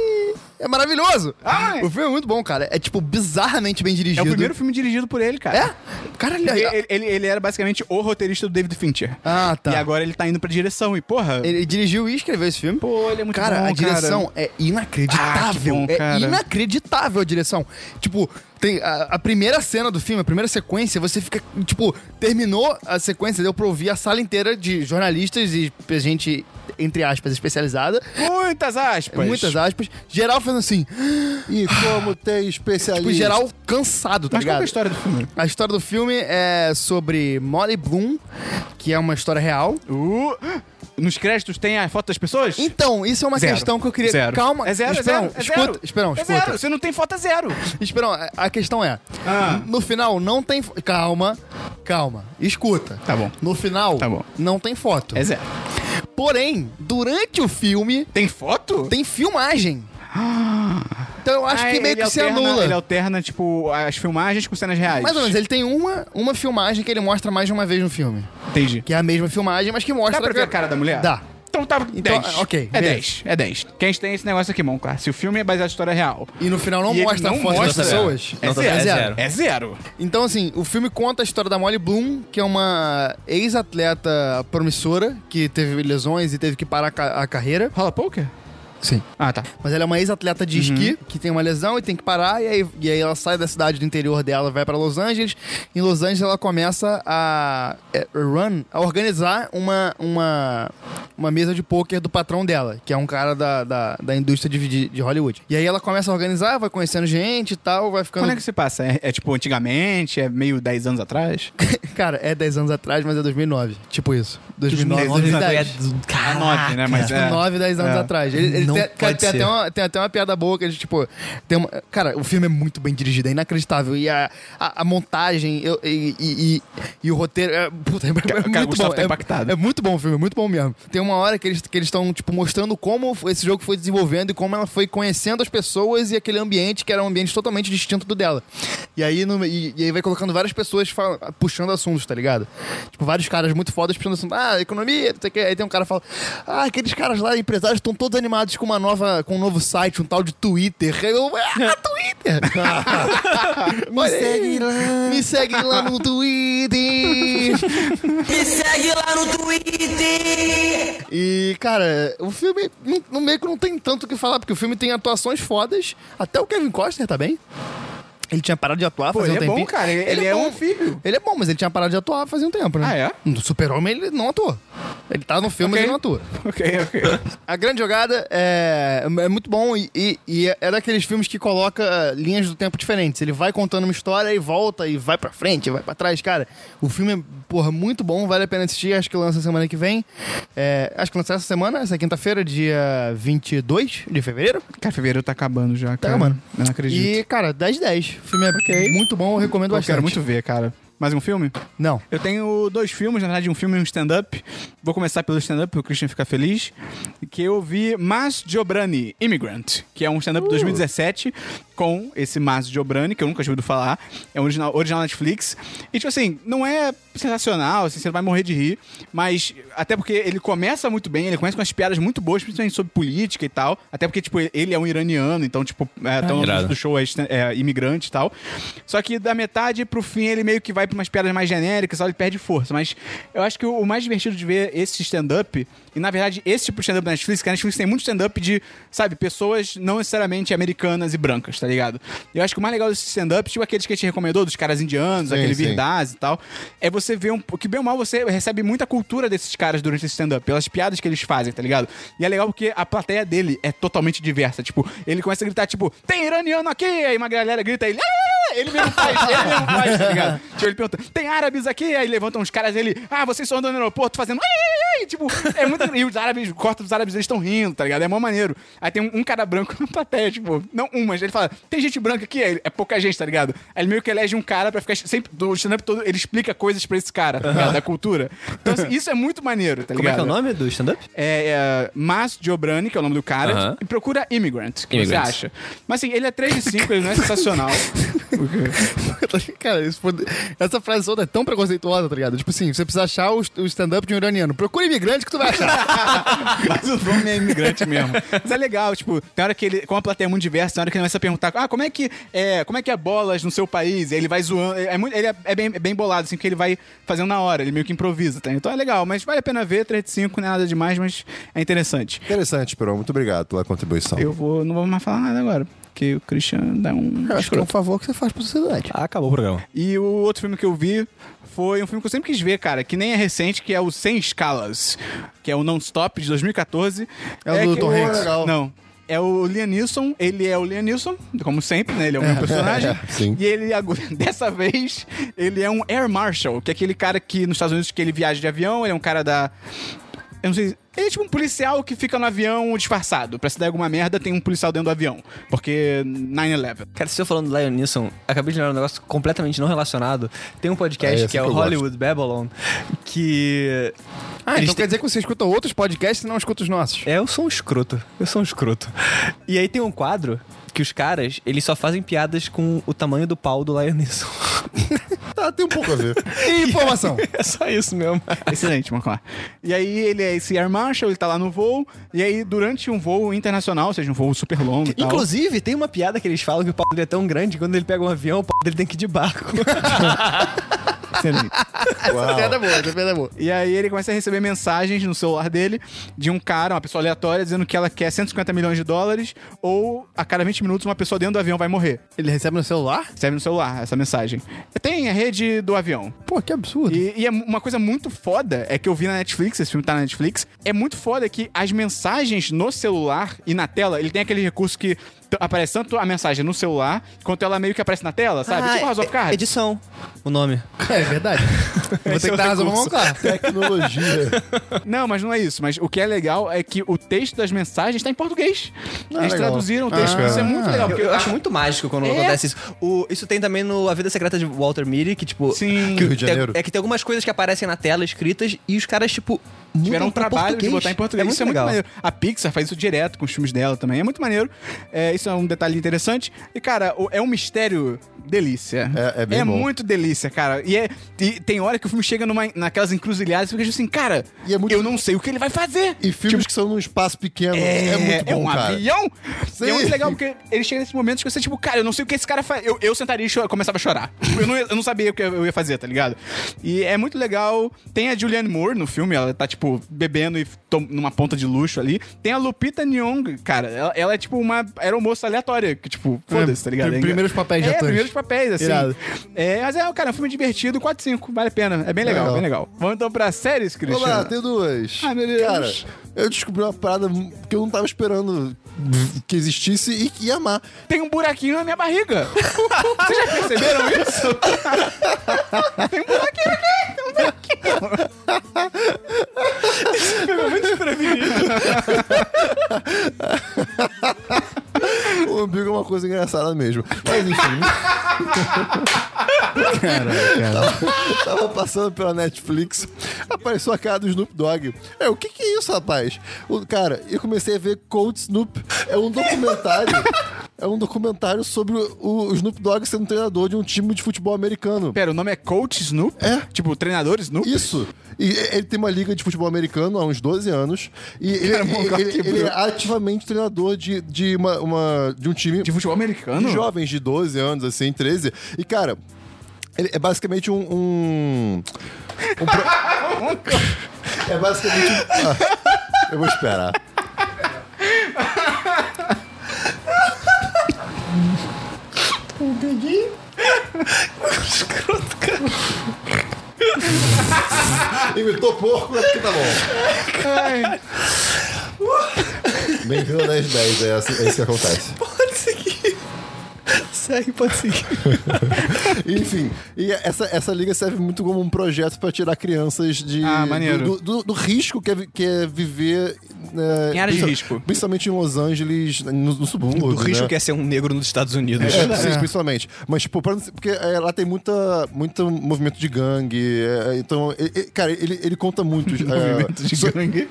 é maravilhoso. Ah, é. O filme é muito bom, cara. É, tipo, bizarramente bem É dirigido. o primeiro filme dirigido por ele, cara. É? Cara, Ele era basicamente o roteirista do David Fincher. Ah, tá. E agora ele tá indo pra direção. E, porra... Ele dirigiu e escreveu esse filme. Pô, ele é muito Cara, bom, a direção cara. é inacreditável. Ah, que bom, é cara. inacreditável a direção. Tipo, tem a primeira cena do filme, a primeira sequência, você fica, tipo, terminou a sequência, deu pra ouvir a sala inteira de jornalistas e gente, entre aspas, especializada. Muitas aspas. Muitas aspas. Geral fazendo assim. E como tem especialista. Tipo, geral cansado, tá Mas qual é ligado? a história do filme? A história do filme é sobre Molly Bloom, que é uma história real. Nos créditos tem a foto das pessoas? Então, isso é uma Zero. questão que eu queria... Zero. Calma. É zero, Esperão, é zero. escuta, Esperão, É escuta. zero. Você não tem foto, é zero. Esperão, a questão é... Ah. No final, não tem... Calma. Escuta. Tá bom. No final, Tá bom. não tem foto. É zero. Porém, durante o filme, Tem foto? tem filmagem. Então eu acho que meio que se anula. Ele alterna, tipo, as filmagens com cenas reais. Mais ou menos, ele tem uma filmagem que ele mostra mais de uma vez no filme. Entendi. Que é a mesma filmagem, mas que mostra... Dá pra ver a cara da mulher? Dá. Então tá Então, 10. ok, É beleza. 10. É 10. Que a gente tem esse negócio aqui, mano, claro. Se o filme é baseado em história real. E no final não e ele mostra não a foto mostra, das pessoas. É Não, tá zero. é zero. É zero. Então, assim, o filme conta a história da Molly Bloom, que é uma ex-atleta promissora, que teve lesões e teve que parar a carreira. Rola poker? Sim. Ah, tá. Mas ela é uma ex-atleta de esqui, que tem uma lesão e tem que parar, e aí ela sai da cidade do interior dela, vai pra Los Angeles. Em Los Angeles ela começa a organizar uma mesa de pôquer do patrão dela, que é um cara da indústria de Hollywood. E aí ela começa a organizar, vai conhecendo gente e tal, vai ficando... Quando é que se passa? É tipo antigamente? É meio 10 anos atrás? Cara, é 10 anos atrás, mas é 2009. Tipo isso. 2009, 2010. 2010. É 9, né? Mas Tipo, é. 9, 10 anos É. atrás. Ele Não tem, pode tem ser. até uma piada boa que a gente, tipo... Cara, o filme é muito bem dirigido, é inacreditável. E a montagem e o roteiro... Puta, é Cara, muito Gustavo bom. tá impactado. É muito bom o filme, é muito bom mesmo. Tem uma hora que eles estão, tipo, mostrando como esse jogo foi desenvolvendo e como ela foi conhecendo as pessoas e aquele ambiente que era um ambiente totalmente distinto do dela. E aí, e aí vai colocando várias pessoas puxando assuntos, tá ligado? Tipo, vários caras muito fodas puxando assuntos. Economia, não sei o que. Aí tem um cara que fala, aqueles caras lá, empresários, estão todos animados com um novo site, um tal de Twitter. Twitter! Me segue lá no Twitter! Me segue lá no Twitter! E, cara, o filme no meio que não tem tanto o que falar, porque o filme tem atuações fodas. Até o Kevin Costner tá bem. Ele tinha parado de atuar fazia um tempinho. Ele é bom, cara. Ele é um anfíbio. Ele é bom, mas ele tinha parado de atuar fazia um tempo, né? Ah, é? No Super-Homem ele não atua. Ele tá no filme, mas ele não atua. Ok. A Grande Jogada é muito bom e é daqueles filmes que coloca linhas do tempo diferentes. Ele vai contando uma história e volta e vai pra frente, vai pra trás. Cara, o filme é, muito bom, vale a pena assistir. Acho que lança semana que vem. Acho que lança essa semana, essa quinta-feira, dia 22 de fevereiro. Cara, fevereiro tá acabando já, cara. Tá acabando. Eu não acredito. E, cara, 10/10. O filme é muito bom, eu recomendo bastante. Eu quero muito ver, cara. Mais um filme? Não. Eu tenho 2 filmes, na verdade, um filme e um stand-up. Vou começar pelo stand-up, pro Christian ficar feliz. Que eu vi Mas Jobrani, Immigrant, que é um stand-up de 2017 com esse Mas Jobrani, que eu nunca tinha ouvido falar. É um original Netflix. E, tipo assim, não é sensacional, assim, você não vai morrer de rir, mas até porque ele começa muito bem, ele começa com umas piadas muito boas, principalmente sobre política e tal. Até porque, tipo, ele é um iraniano, então, tipo, o nome do show é imigrante e tal. Só que da metade pro fim ele meio que vai pra umas piadas mais genéricas, ele perde força. Mas eu acho que o mais divertido de ver esse stand-up, e na verdade esse tipo de stand-up da Netflix, que a Netflix tem muito stand-up de, sabe, pessoas não necessariamente americanas e brancas, tá ligado? Eu acho que o mais legal desse stand-up, tipo aqueles que a gente recomendou, dos caras indianos, Sim, aquele sim. Virdaz e tal, é você ver que bem ou mal você recebe muita cultura desses caras durante esse stand-up, pelas piadas que eles fazem, tá ligado? E é legal porque a plateia dele é totalmente diversa, tipo, ele começa a gritar, tipo, tem iraniano aqui! Aí uma galera grita, ele mesmo faz, tá ligado? Tipo, ele pergunta, tem árabes aqui? Aí levantam uns caras, ele, vocês estão andando no aeroporto fazendo, tipo, é muito... E os árabes, corta dos árabes, eles estão rindo, tá ligado? É mó maneiro. Aí tem um cara branco na plateia, tipo, não mas ele fala, tem gente branca aqui? Aí é pouca gente, tá ligado? Aí ele meio que elege um cara pra ficar sempre, do stand-up todo, ele explica coisas pra esse cara, tá ligado? Da cultura. Então, assim, isso é muito maneiro, tá ligado? Como é que é o nome do stand-up? Mas Jobrani, que é o nome do cara, e procura Immigrant, que você acha. Mas assim, ele é 3/5, ele não é sensacional. Cara, essa frase toda é tão preconceituosa, tá ligado? Tipo assim, você precisa achar o stand-up de um iraniano. Procura imigrante que tu vai achar. Mas o nome é imigrante mesmo. Mas é legal, tipo, tem hora que ele, como a plateia é muito diversa, tem hora que ele começa a perguntar, como é que é bolas no seu país? E aí ele vai zoando, ele é bem bolado, assim, porque ele vai fazendo na hora, ele meio que improvisa, tá? Então é legal, mas vale a pena ver, 3/5, não é nada demais, mas é interessante. Interessante, Perão. Muito obrigado pela contribuição. Não vou mais falar nada agora, porque o Christian dá um... Eu acho que é um favor que você faz pra sociedade. Acabou o programa. E o outro filme que eu vi foi um filme que eu sempre quis ver, cara, que nem é recente, que é o Sem Escalas, que é o Non-Stop de 2014. É o do Tom Hanks? Não. É o Liam Neeson, ele é o Liam Neeson, como sempre, né? Ele é o mesmo personagem. Sim. E ele, dessa vez, ele é um Air Marshal, que é aquele cara que nos Estados Unidos que ele viaja de avião, ele é um cara da... Eu não sei... Ele é tipo um policial que fica no avião disfarçado. Pra se der alguma merda, tem um policial dentro do avião. Porque 9/11. Cara, se eu falando do Liam Neeson, acabei de lembrar um negócio completamente não relacionado. Tem um podcast que é o Hollywood Babylon, que... Então quer dizer que você escuta outros podcasts e não escuta os nossos? Eu sou um escroto. E aí tem um quadro que os caras, eles só fazem piadas com o tamanho do pau do Liam Neeson. Tem um pouco a ver. E informação. É só isso mesmo. Excelente, vamos lá. E aí ele é esse Air Marshal, ele tá lá no voo, e aí durante um voo internacional, ou seja, um voo super longo e tal... Inclusive, tem uma piada que eles falam que o pau dele é tão grande que quando ele pega um avião, o pau dele tem que ir de barco. Excelente. Essa piada é boa. E aí ele começa a receber mensagens no celular dele de um cara, uma pessoa aleatória, dizendo que ela quer $150 milhões ou a cada 20 minutos uma pessoa dentro do avião vai morrer. Ele recebe no celular? Recebe no celular essa mensagem. Tem a rede do avião. Pô, que absurdo. E é uma coisa muito foda, é que eu vi na Netflix, esse filme tá na Netflix, é muito foda que as mensagens no celular e na tela, ele tem aquele recurso que aparece tanto a mensagem no celular, quanto ela meio que aparece na tela, sabe? Tipo House of Cards. Edição, o nome. É verdade. Vou ter que dar razão pra montar. Tecnologia. Não, mas não é isso. Mas o que é legal é que o texto das mensagens tá em português. Eles legal. traduziram o texto, isso é muito legal. Porque Eu acho muito mágico quando acontece isso. Isso tem também no A Vida Secreta de Walter Mitty, que tipo... Sim. que Rio de Janeiro. que tem algumas coisas que aparecem na tela escritas e os caras, tipo, tiveram um pra trabalho de português. botar em português. É muito Isso é muito legal. maneiro. A Pixar faz isso direto com os filmes dela também. É muito maneiro. Isso é um detalhe interessante. E, cara, é um mistério delícia. É bem bom. muito delícia, cara. E tem hora que o filme chega naquelas encruzilhadas e fica assim, cara, E é muito- eu não sei o que ele vai fazer. E filmes que são num espaço pequeno. É muito bom, um cara. avião. Sim. E é muito legal porque ele chega nesses momentos que você, tipo, cara, eu não sei o que esse cara faz. Eu sentaria e começava a chorar. Eu não sabia o que eu ia fazer, tá ligado? E é muito legal. Tem a Julianne Moore no filme, ela tá, tipo, bebendo e numa ponta de luxo ali. Tem a Lupita Nyong'o, cara. Ela é, tipo, uma aeromoça aleatória, que, tipo, foda-se, tá ligado? Primeiros papéis de atores. Primeiros papéis, assim. Irado. Mas cara, é um filme divertido, 4/5, vale a pena. É bem legal, Legal. bem legal. Vamos então pra séries, Cristiano. Olá, tem duas. Ai, meu Deus. Cara, eu descobri uma parada que eu não tava esperando que existisse e que ia amar. Tem um buraquinho na minha barriga. Vocês já perceberam isso? Tem um buraquinho aqui. Tem um buraquinho. Isso pegou muito desprevenido. O umbigo é uma coisa engraçada mesmo. Mas enfim. Tava passando pela Netflix, apareceu a cara do Snoop Dogg. O que é isso, rapaz? Cara, eu comecei a ver Cold Snoop. É um documentário. É um documentário sobre o Snoop Dogg sendo treinador de um time de futebol americano. Pera, o nome é Coach Snoop? É. Tipo, treinador Snoop? Isso. E ele tem uma liga de futebol americano há uns 12 anos. E ele é ativamente treinador de um time De futebol americano? de jovens de 12 anos, assim, 13. E, cara, ele é basicamente é basicamente eu vou esperar. Escroto, cara. Imitou porco, mas que tá bom. Ai. Bem-vindo a 1010, é isso que acontece. Pode seguir. Segue, pode seguir. Enfim, e essa liga serve muito como um projeto pra tirar crianças maneiro. do risco que é viver Em áreas de risco. Principalmente em Los Angeles, no subúrbio. Do risco né? que é ser um negro nos Estados Unidos. Sim, principalmente. Mas, tipo, porque lá tem muito movimento de gangue. Então, cara, ele conta muito. Movimento de gangue.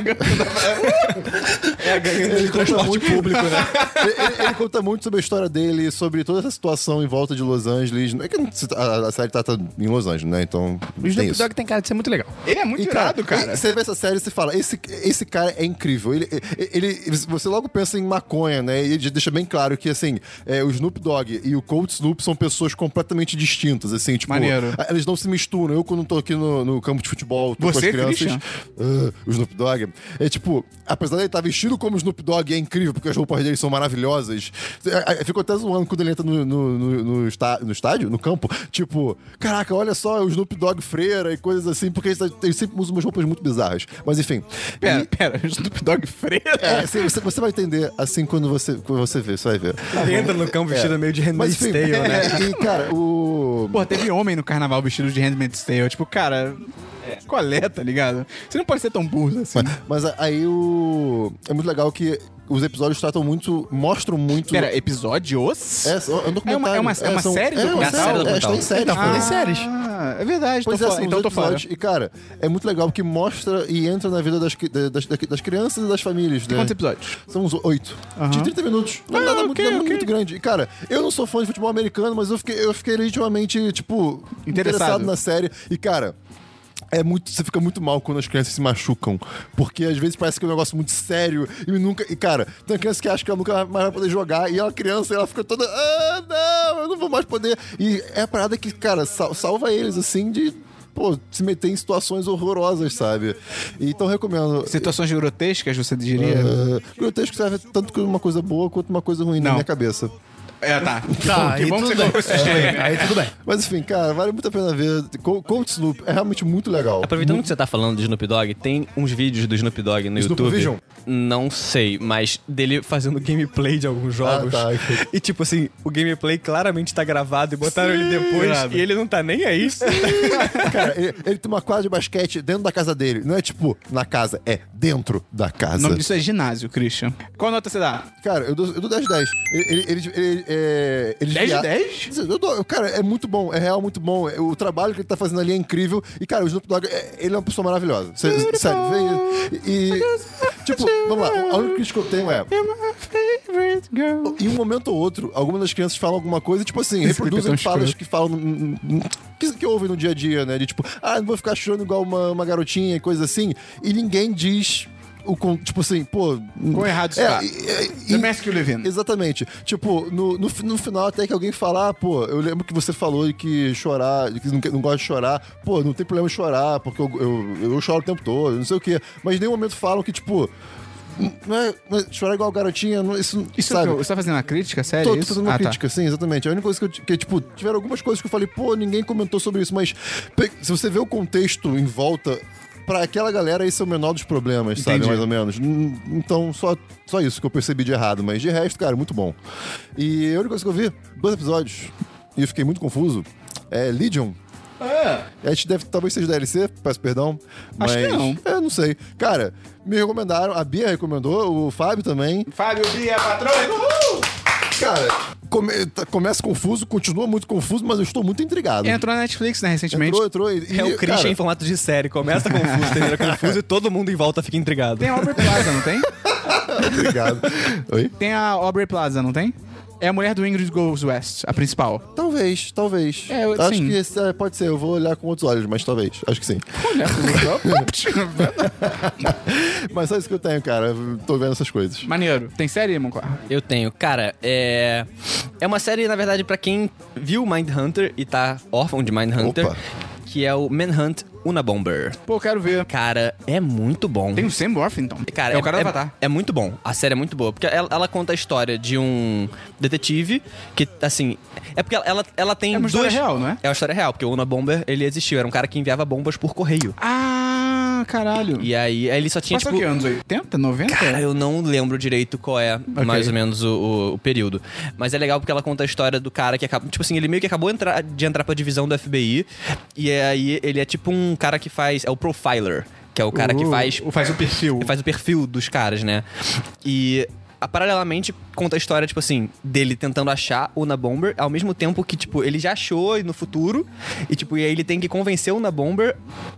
É a gangue Ele do transporte muito- público, né? ele conta muito sobre a história dele, sobre toda essa situação em volta de Los Angeles. É que a série trata em Los Angeles, né? Então, O tem Snoop isso. Dogg tem cara de ser muito legal. Ele é muito E, cara, irado, cara. Você vê essa série e você fala, esse cara é incrível. Você logo pensa em maconha, né? E ele deixa bem claro que, assim, o Snoop Dogg e o Cold Snoop são pessoas completamente distintas, assim, tipo... Maneiro. Eles não se misturam. Eu, quando tô aqui no campo de futebol, tô com as Você, crianças... Christian? O Snoop Dogg... É tipo, apesar de ele estar vestido como o Snoop Dogg, é incrível, porque as roupas dele são maravilhosas. Eu fico até zoando quando ele entra no estádio, no campo. Tipo, caraca, olha só, é o Snoop Dogg freira e coisas assim, porque ele sempre usa umas roupas muito bizarras. Mas enfim. Pera, Snoop Dogg freira? Você vai entender assim quando você vê, você vai ver. Ele entra no campo vestido meio de Mas Handmaid's enfim, Tale, né? E, cara, Pô, teve homem no carnaval vestido de Handmaid's Tale. Tipo, cara... Qual é, tá ligado? Você não pode ser tão burro assim. mas aí é muito legal que os episódios mostram muito... Pera, episódios? É um documentário. É uma série É uma documental? série, está em série. Tá falando em séries. É verdade, Pois tô fora. são Então os tô fora. episódios. E, cara, é muito legal porque mostra e entra na vida das crianças e das famílias, né? Quantos episódios? São uns 8. De 30 minutos. Não é nada muito grande. E, cara, eu não sou fã de futebol americano, mas eu fiquei legitimamente, tipo, interessado na série. E, cara... Você fica muito mal quando as crianças se machucam. Porque às vezes parece que é um negócio muito sério. E cara, tem uma criança que acha que ela nunca mais vai poder jogar. E ela criança, ela fica toda. Não, eu não vou mais poder. E é a parada que, cara, salva eles, assim, de. Se meter em situações horrorosas, sabe? Então recomendo. Situações grotescas, você diria? Grotesco serve tanto como uma coisa boa quanto uma coisa ruim na Não. minha cabeça. Tá. Tá, Que aí bom que tudo você bem. colocou esse disclaimer. Aí tudo bem. Mas enfim, cara, vale muito a pena ver. Cold Snoop é realmente muito legal. Aproveitando que você tá falando de Snoop Dogg, tem uns vídeos do Snoop Dogg no Snoop YouTube. Vision? Não sei, mas dele fazendo gameplay de alguns jogos. tá. E tipo assim, o gameplay claramente tá gravado e botaram ele depois Irado. e ele não tá nem aí. Cara, ele tem uma quadra de basquete dentro da casa dele. Não é tipo na casa, é dentro da O casa. nome disso é ginásio, Christian. Qual nota você dá? Cara, eu dou 10 de 10. Eles 10 de via- 10? Cara, é muito bom, é real muito bom. O trabalho que ele tá fazendo ali é incrível. E, cara, o Snoop Dogg, ele é uma pessoa maravilhosa. Sério, vê. Tipo, vamos lá, a única crítica que eu tenho é... Em um momento ou outro, algumas das crianças falam alguma coisa, tipo assim, reproduzem clipe é tão falas escroto. que falam... Que ouvem no dia a dia, né? De tipo, não vou ficar chorando igual uma garotinha e coisa assim. E ninguém diz... tipo assim, pô... Quão errado isso tá. The Mask You Live In. Exatamente. Tipo, no final até que alguém falar, pô, eu lembro que você falou que chorar, que não gosta de chorar, pô, não tem problema em chorar, porque eu choro o tempo todo, não sei o quê. Mas em nenhum momento falam que, tipo, não é chorar igual garotinha, isso sabe? Você tá fazendo uma crítica, sério? Tô fazendo uma crítica, sim, exatamente. A única coisa que tipo, tiveram algumas coisas que eu falei, pô, ninguém comentou sobre isso, mas se você vê o contexto em volta, pra aquela galera, esse é o menor dos problemas, Entendi. sabe? Mais ou menos. Então, só isso que eu percebi de errado. Mas de resto, cara, muito bom. E a única coisa que eu vi, 2 episódios, e eu fiquei muito confuso, é Legion. A gente talvez seja DLC, peço perdão. Mas, Acho que não. Não sei. Cara, me recomendaram, a Bia recomendou, o Fábio também. Fábio Bia, patrão, uhul! Cara, começa confuso, continua muito confuso, mas eu estou muito intrigado. Entrou na Netflix, né, recentemente. Entrou. É o Christian cara, em formato de série. Começa confuso, termina confuso e todo mundo em volta fica intrigado. Tem a Aubrey Plaza, não tem? Obrigado. Oi? Tem a Aubrey Plaza, não tem? É a mulher do Ingrid Goes West, a principal. Talvez. É, Acho sim. que esse, pode ser, eu vou olhar com outros olhos, mas talvez. Acho que sim. Olha, Mas só isso que eu tenho, cara. Eu tô vendo essas coisas. maneiro. Tem série, Monclar? Eu tenho. Cara, é uma série, na verdade, pra quem viu Mindhunter e tá órfão de Mindhunter, Opa. que é o Manhunt Unabomber. Pô, quero ver. Cara, é muito bom. Tem o Sam Worthington. Cara, é o cara do Avatar. É muito bom. A série é muito boa. Porque ela conta a história de um detetive que, assim... É porque ela tem É uma história duas... real, não é? É uma história real, porque o Unabomber, ele existiu. Era um cara que enviava bombas por correio. Ah, caralho. E aí ele só tinha, Passou tipo... o quê? Anos 80? 90? Cara, eu não lembro direito qual é mais ou menos o período. Mas é legal porque ela conta a história do cara que acaba... Tipo assim, ele meio que acabou de entrar pra divisão do FBI. E aí ele é tipo um cara que faz... É o profiler. Que é o cara que faz o perfil. o perfil dos caras, né? E... paralelamente, conta a história, tipo assim, dele tentando achar o Unabomber, ao mesmo tempo que, tipo, ele já achou no futuro, e, tipo, e aí ele tem que convencer o Unabomber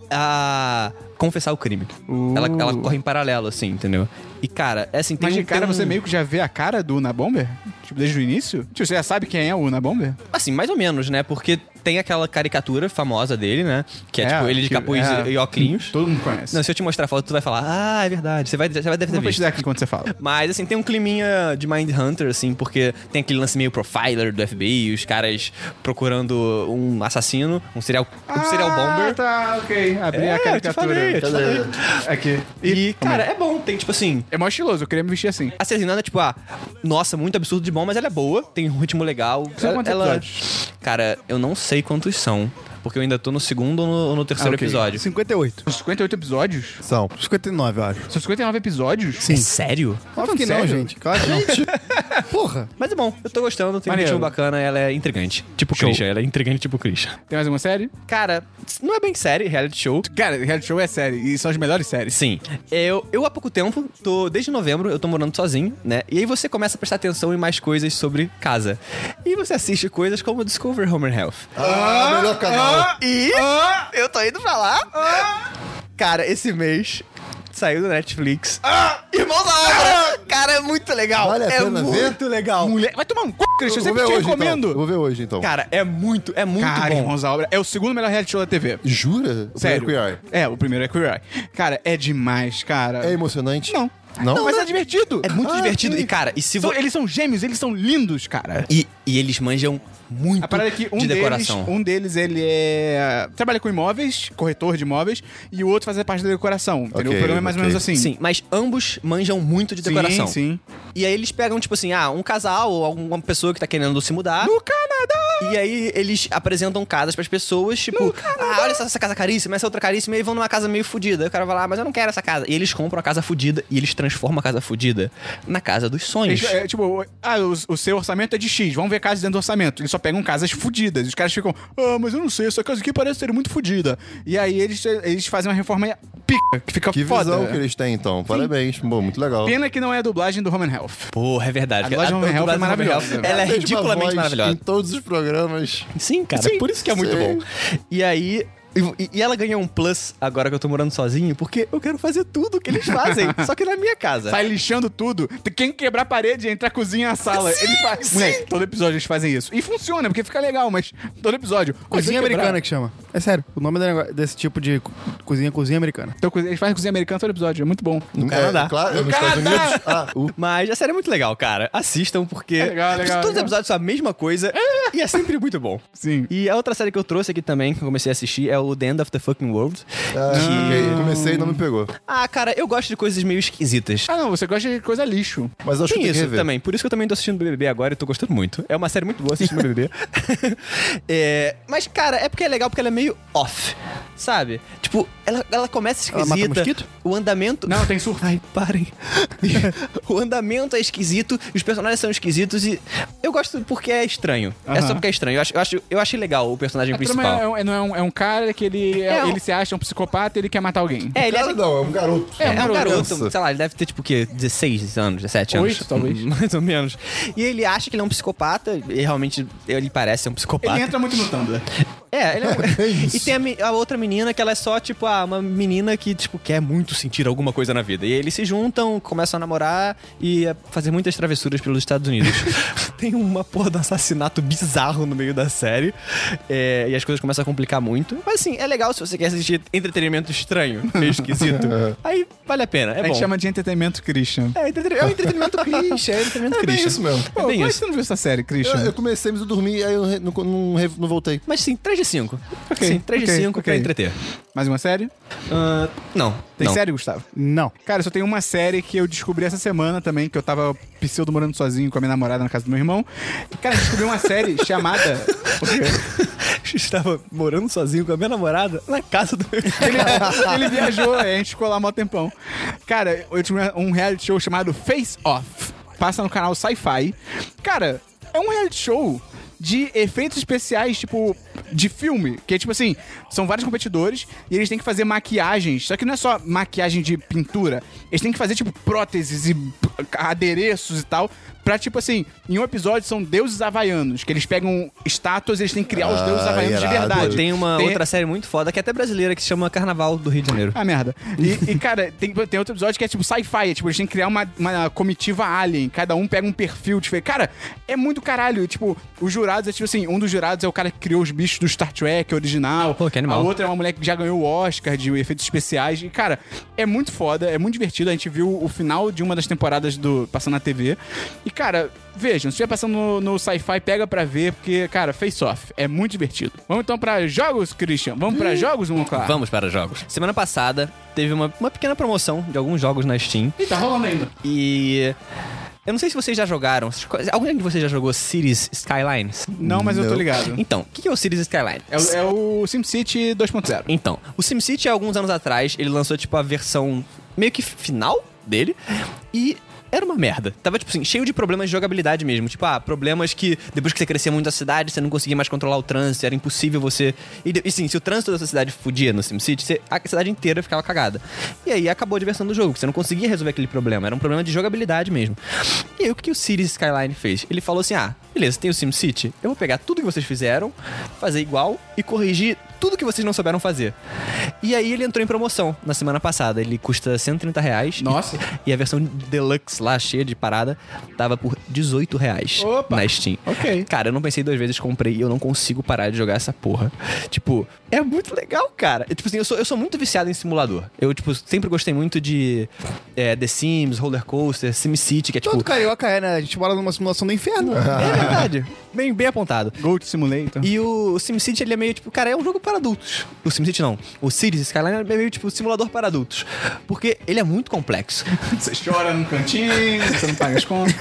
a confessar o crime. Ela corre em paralelo, assim, entendeu? E, cara, é assim, tem Mas de um... cara tem um- você meio que já vê a cara do Unabomber? Tipo, desde o início? Tipo, você já sabe quem é o Unabomber? Assim, mais ou menos, né? Porque tem aquela caricatura famosa dele, né? Que é, tipo, ele de capuz e óculos. Todo mundo conhece. Não, se eu te mostrar a foto, tu vai falar, é verdade. Você deve ter Vou visto. pesquisar aqui enquanto você fala. Mas, assim, tem um climinha de Mindhunter, assim, porque tem aquele lance meio profiler do FBI, os caras procurando um assassino, um serial bomber. Tá, ok. Abri a caricatura. eu te falei. Aqui. E, cara, é bom. Tem, tipo assim... É mó estiloso, eu queria me vestir assim. A Cezinanda é tipo, nossa, muito absurdo de bom, mas ela é boa, tem um ritmo legal. São quantos episódios? Cara, eu não sei quantos são, porque eu ainda tô no segundo ou no terceiro ok. episódio. 58. São 58 episódios? São. 59, eu acho. São 59 episódios? É sério? Óbvio que não, sério? gente. Claro que não. Porra. Mas é bom, eu tô gostando, tem um Maneiro. ritmo bacana, ela é intrigante. Tipo Show. Christian, ela é intrigante tipo Christian. Tem mais alguma série? Cara, não é bem série, reality show. Cara, reality show é série. E são as melhores séries. Sim. Eu há pouco tempo, desde novembro, eu tô morando sozinho, né? E aí você começa a prestar atenção em mais coisas sobre casa. E você assiste coisas como Discover Home and Health. Melhor canal. E eu tô indo pra lá. Cara, esse mês saiu do Netflix. Irmãos à Obra! Cara, é muito legal. Vale a é pena ver? muito legal. Mulher, vai tomar um c, Christian. Eu Eu vou sempre ver te hoje, recomendo. então. Eu vou ver hoje, então. Cara, é muito Cara, bom. Irmãos à Obra é o segundo melhor reality show da TV. Jura? O Sério. primeiro Queer Eye. É, o primeiro é Queer Eye. Cara, é demais, cara. É emocionante? Não. Não? Mas é divertido. É muito divertido. ok. E, cara, e se Eles são gêmeos, eles são lindos, cara. E eles manjam muito A parada é que de decoração. um deles, ele trabalha com imóveis, corretor de imóveis, e o outro faz a parte da decoração, entendeu? Ok, O programa é mais ou ok. menos assim. Sim, mas ambos manjam muito de decoração. Sim. E aí eles pegam, tipo assim, um casal ou alguma pessoa que tá querendo se mudar. No Canadá! E E aí eles apresentam casas pras pessoas, tipo, olha essa casa caríssima, essa outra caríssima, e aí vão numa casa meio fodida. O cara vai lá, mas eu não quero essa casa. E eles compram a casa fodida e eles transformam a casa fodida na casa dos sonhos. Tipo, o seu orçamento é de X, vamos ver casas dentro do orçamento. Eles só pegam casas fodidas. Os caras ficam, mas eu não sei, essa casa aqui parece ser muito fodida. E aí eles fazem uma reforma pica, que fica Que foda. visão que eles têm, então. Parabéns. Bom, muito legal. Pena que não é a dublagem do Home and Health. Porra, é verdade. A dublagem do Home and Health é maravilhosa. Ela é A mesma ridiculamente voz maravilhosa. Em todos os programas. Sim, cara. Por isso que é muito Sim. bom. E aí... E ela ganhou um plus agora que eu tô morando sozinho, porque eu quero fazer tudo que eles fazem, só que na minha casa. Sai lixando tudo. Quem quebrar a parede, entra a cozinha na sala. Eles fazem. Moleque, todo episódio eles fazem isso. E funciona, porque fica legal, mas todo episódio. Cozinha quebrar. americana que chama. É sério. O nome desse tipo de cozinha americana. Então, eles fazem cozinha americana todo episódio. É muito bom. No Canadá. Claro, No nos Estados Canadá! Unidos. Mas a série é muito legal, cara. Assistam, porque É legal. todos os episódios são a mesma coisa e é sempre muito bom. Sim. E a outra série que eu trouxe aqui também, que eu comecei a assistir, é o The End of the Fucking World. Ok, comecei e não me pegou. Ah, cara, eu gosto de coisas meio esquisitas. Ah, não, você gosta de coisa lixo. Mas eu acho que Tem tem que isso rever. também. Por isso que eu também tô assistindo BBB agora e tô gostando muito. É uma série muito boa assistindo BBB. Mas, cara, é porque é legal porque ela é meio off, sabe? Tipo, ela começa Ela mata esquisita. mosquito? O andamento... Não, tem surf. Ai, parem. O andamento é esquisito, os personagens são esquisitos e eu gosto porque é estranho. É só porque é estranho. Eu achei legal o personagem principal. É um cara que ele se acha um psicopata e ele quer matar alguém. Ele Cara, não, é um garoto. É um garoto, Nossa. sei lá, ele deve ter tipo o quê? 16 anos, 17 anos. 8, talvez. Mais ou menos. E ele acha que ele é um psicopata, e realmente ele parece ser um psicopata. Ele entra muito no Tumblr. Ele é E tem a outra menina que ela é só, tipo, uma menina que, tipo, quer muito sentir alguma coisa na vida. E aí eles se juntam, começam a namorar e a fazer muitas travessuras pelos Estados Unidos. Tem uma porra de um assassinato bizarro no meio da série. E as coisas começam a complicar muito. Mas assim, é legal se você quer assistir entretenimento estranho, meio esquisito. Aí vale a pena, é A bom. gente chama de entretenimento Christian. É o entretenimento Christian, é entretenimento É bem Christian. isso mesmo. Pô, É bem como é que isso. você não viu essa série, Christian? Eu comecei, mas eu dormi, aí eu não voltei. Mas sim, 3 de 5. Ok, Sim, 3 de ok, 5 pra ok. entreter. Mais uma série? Não. Tem não. série, Gustavo? Não. Cara, eu só tenho uma série que eu descobri essa semana também, que eu tava pseudo morando sozinho com a minha namorada na casa do meu irmão. Cara, eu descobri uma série chamada... O quê? Estava morando sozinho com a minha namorada na casa do meu Ele viajou, a gente ficou lá mó tempão. Cara, eu tinha um reality show chamado Face Off. Passa no canal Sci-Fi. Cara, é um reality show de efeitos especiais, tipo, de filme. Que é tipo assim, são vários competidores e eles têm que fazer maquiagens. Só que não é só maquiagem de pintura. Eles têm que fazer, tipo, próteses e adereços e tal. Pra, tipo assim, em um episódio são deuses havaianos. Que eles pegam estátuas e eles têm que criar os deuses havaianos de irado. verdade. Tem uma outra série muito foda, que é até brasileira, que se chama Carnaval do Rio de Janeiro. Ah, merda. E cara, tem outro episódio que é tipo sci-fi. É, tipo, eles têm que criar uma comitiva alien. Cada um pega um perfil diferente. Cara, é muito caralho. Tipo, os jurados é tipo assim, um dos jurados é o cara que criou os bichos do Star Trek original. Pô, que animal. A outra é uma mulher que já ganhou o Oscar de efeitos especiais. E, cara, é muito foda, é muito divertido. A gente viu o final de uma das temporadas passando na TV. E, cara, vejam, se estiver passando no Sci-Fi, pega pra ver, porque, cara, Face Off é muito divertido. Vamos então pra jogos, Christian? Vamos pra jogos, Monclar? Vamos para jogos. Semana passada teve uma pequena promoção de alguns jogos na Steam. Ih, tá rolando ainda. E eu não sei se vocês já jogaram. Alguém de vocês já jogou Cities Skylines? Não, mas eu tô Não. ligado. Então, o que é o Cities Skylines? É o SimCity 2.0. Então, o SimCity, há alguns anos atrás, ele lançou, tipo, a versão meio que final dele. E era uma merda. Tava, tipo assim, cheio de problemas de jogabilidade mesmo. Tipo, problemas que depois que você crescia muito a cidade, você não conseguia mais controlar o trânsito, era impossível você... E sim, se o trânsito da sua cidade fudia no SimCity, a cidade inteira ficava cagada. E aí acabou a diversão do jogo, porque você não conseguia resolver aquele problema. Era um problema de jogabilidade mesmo. E aí, o que o Cities Skyline fez? Ele falou assim, beleza, tem o SimCity, eu vou pegar tudo que vocês fizeram, fazer igual e corrigir tudo que vocês não souberam fazer. E aí ele entrou em promoção na semana passada. Ele custa R$130. Nossa. E a versão Deluxe lá, cheia de parada, tava por R$18 Opa. na Steam. Ok. Cara, eu não pensei 2 vezes, comprei e eu não consigo parar de jogar essa porra. Tipo, é muito legal, cara. Tipo assim, eu sou muito viciado em simulador. Eu, tipo, sempre gostei muito de The Sims, Roller Coaster, SimCity, que é tipo... Todo carioca né? A gente mora numa simulação do inferno. É verdade. Bem apontado. Goat Simulator. E o SimCity, ele é meio tipo, cara, é um jogo para para adultos. O SimCity não. O Cities Skyline é meio tipo simulador para adultos. Porque ele é muito complexo. Você chora num cantinho, você não paga as contas,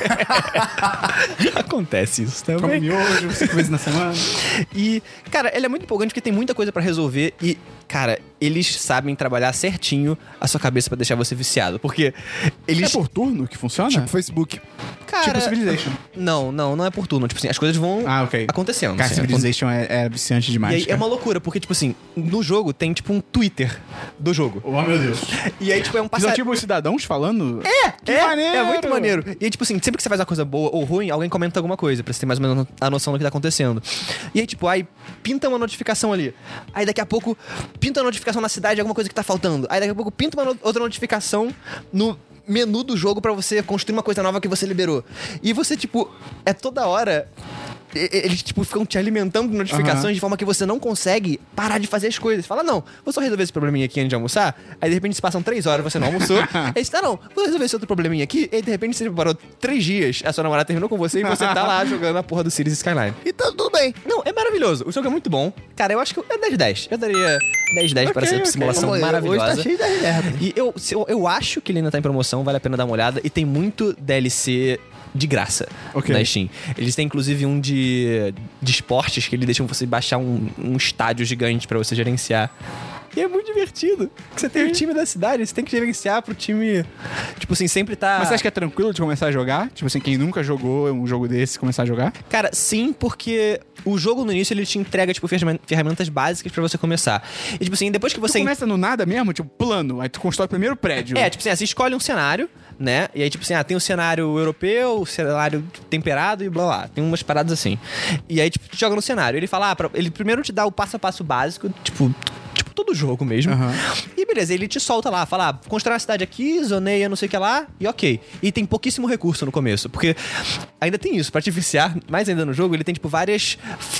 Acontece isso come também. miojo 5 vezes na semana. E, cara, ele é muito empolgante porque tem muita coisa pra resolver e, cara, eles sabem trabalhar certinho a sua cabeça pra deixar você viciado. Porque eles... É por turno que funciona? Tipo Facebook. cara... Tipo Civilization. Não é por turno. Tipo assim, as coisas vão Ok. acontecendo. Cara, assim, Civilization é viciante E demais. aí é uma loucura, porque, tipo assim, no jogo tem, tipo, um Twitter do jogo. Oh, meu Deus. E aí, tipo, é um São passarinho... tipo os cidadãos falando? Que maneiro! É muito maneiro. E aí, tipo assim, sempre que você faz uma coisa boa ou ruim, alguém comenta alguma coisa, pra você ter mais ou menos a noção do que tá acontecendo. E aí, tipo, aí pinta uma notificação ali. Aí daqui a pouco pinta uma notificação na cidade de alguma coisa que tá faltando. Aí daqui a pouco pinta uma outra notificação no menu do jogo pra você construir uma coisa nova que você liberou. E você, tipo, é toda hora... Eles, tipo, ficam te alimentando de notificações de forma que você não consegue parar de fazer as coisas. Fala, não, vou só resolver esse probleminha aqui antes de almoçar. Aí, de repente, se passam 3 horas, você não almoçou. Aí você, não, vou resolver esse outro probleminha aqui. E, de repente, você parou 3 dias, a sua namorada terminou com você e você tá lá jogando a porra do Cities Skyline. E tá tudo bem. Não, é maravilhoso. O jogo é muito bom. Cara, eu acho que é 10 de 10. Eu daria 10 de 10 para essa simulação maravilhosa. Hoje tá cheio de merda. E eu acho que ele ainda tá em promoção, vale a pena dar uma olhada. E tem muito DLC de graça na Steam. Eles têm, inclusive, um de esportes que eles deixam você baixar um estádio gigante pra você gerenciar. E é muito divertido. Porque você tem o time da cidade, você tem que gerenciar pro time... Tipo assim, sempre tá... Mas você acha que é tranquilo de começar a jogar? Tipo assim, quem nunca jogou um jogo desse, começar a jogar? Cara, sim, porque o jogo no início ele te entrega, tipo, ferramentas básicas pra você começar. E, tipo assim, depois que Você você... começa no nada mesmo, tipo, plano, aí tu constrói o primeiro prédio. É, tipo assim, você escolhe um cenário, né? E aí, tipo assim, tem o cenário europeu, o cenário temperado e blá blá. Tem umas paradas assim. E aí, tipo, te joga no cenário. Ele fala, ele primeiro te dá o passo a passo básico, tipo todo jogo mesmo. E beleza, ele te solta lá, fala, constrói uma cidade aqui, zoneia não sei o que lá, e ok. E tem pouquíssimo recurso no começo, porque ainda tem isso, pra te viciar, mais ainda no jogo, ele tem, tipo, vários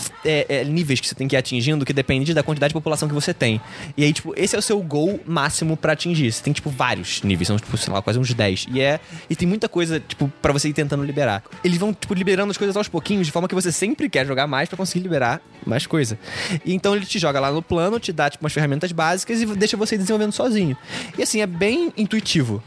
níveis que você tem que ir atingindo, que depende da quantidade de população que você tem. E aí, tipo, esse é o seu goal máximo pra atingir. Você tem, tipo, vários níveis, são, tipo, sei lá, quase uns 10. E tem muita coisa, tipo, pra você ir tentando liberar. Eles vão, tipo, liberando as coisas aos pouquinhos, de forma que você sempre quer jogar mais pra conseguir liberar mais coisa. E então ele te joga lá no plano, te dá, tipo, umas ferramentas básicas e deixa você ir desenvolvendo sozinho. E assim, é bem intuitivo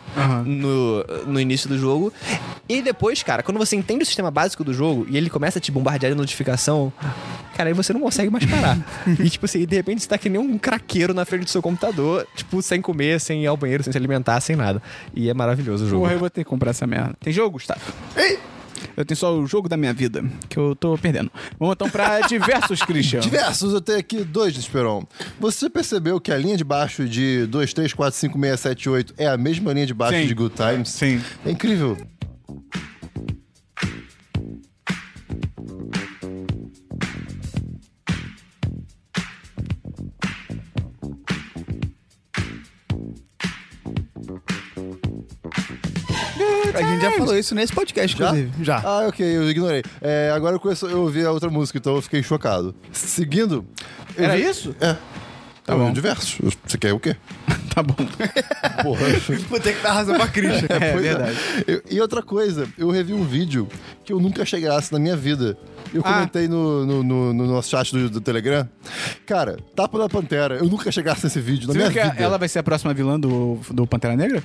no início do jogo. E depois, cara, quando você entende o sistema básico do jogo e ele começa a te bombardear de notificação, cara, aí você não consegue mais parar. E tipo assim, de repente você tá que nem um craqueiro na frente do seu computador, tipo, sem comer, sem ir ao banheiro, sem se alimentar, sem nada. E é maravilhoso o jogo. Porra, eu vou ter que comprar essa merda. Tem jogo, Gustavo? Ei! Eu tenho só o jogo da minha vida, que eu tô perdendo. Vamos então pra diversos, Christian. Diversos, eu tenho aqui 2, Esperon. Você percebeu que a linha de baixo de 2, 3, 4, 5, 6, 7, 8 é a mesma linha de baixo Sim. de Good Times? Sim. É incrível. A gente já falou isso nesse podcast, inclusive. Já. Ah, ok, eu ignorei. Agora eu ouvi a outra música, então eu fiquei chocado. Seguindo... Era isso? É. Tá bom. Diversos. Você quer o quê? Tá bom. Porra. Vou ter que dar razão pra Christian. É Pois verdade. E outra coisa, eu revi um vídeo que eu nunca achei graça na minha vida. Eu comentei no nosso chat do Telegram. Cara, Tapa da Pantera. Eu nunca achei graça nesse vídeo na Você minha viu que vida. ela vai ser a próxima vilã do Pantera Negra?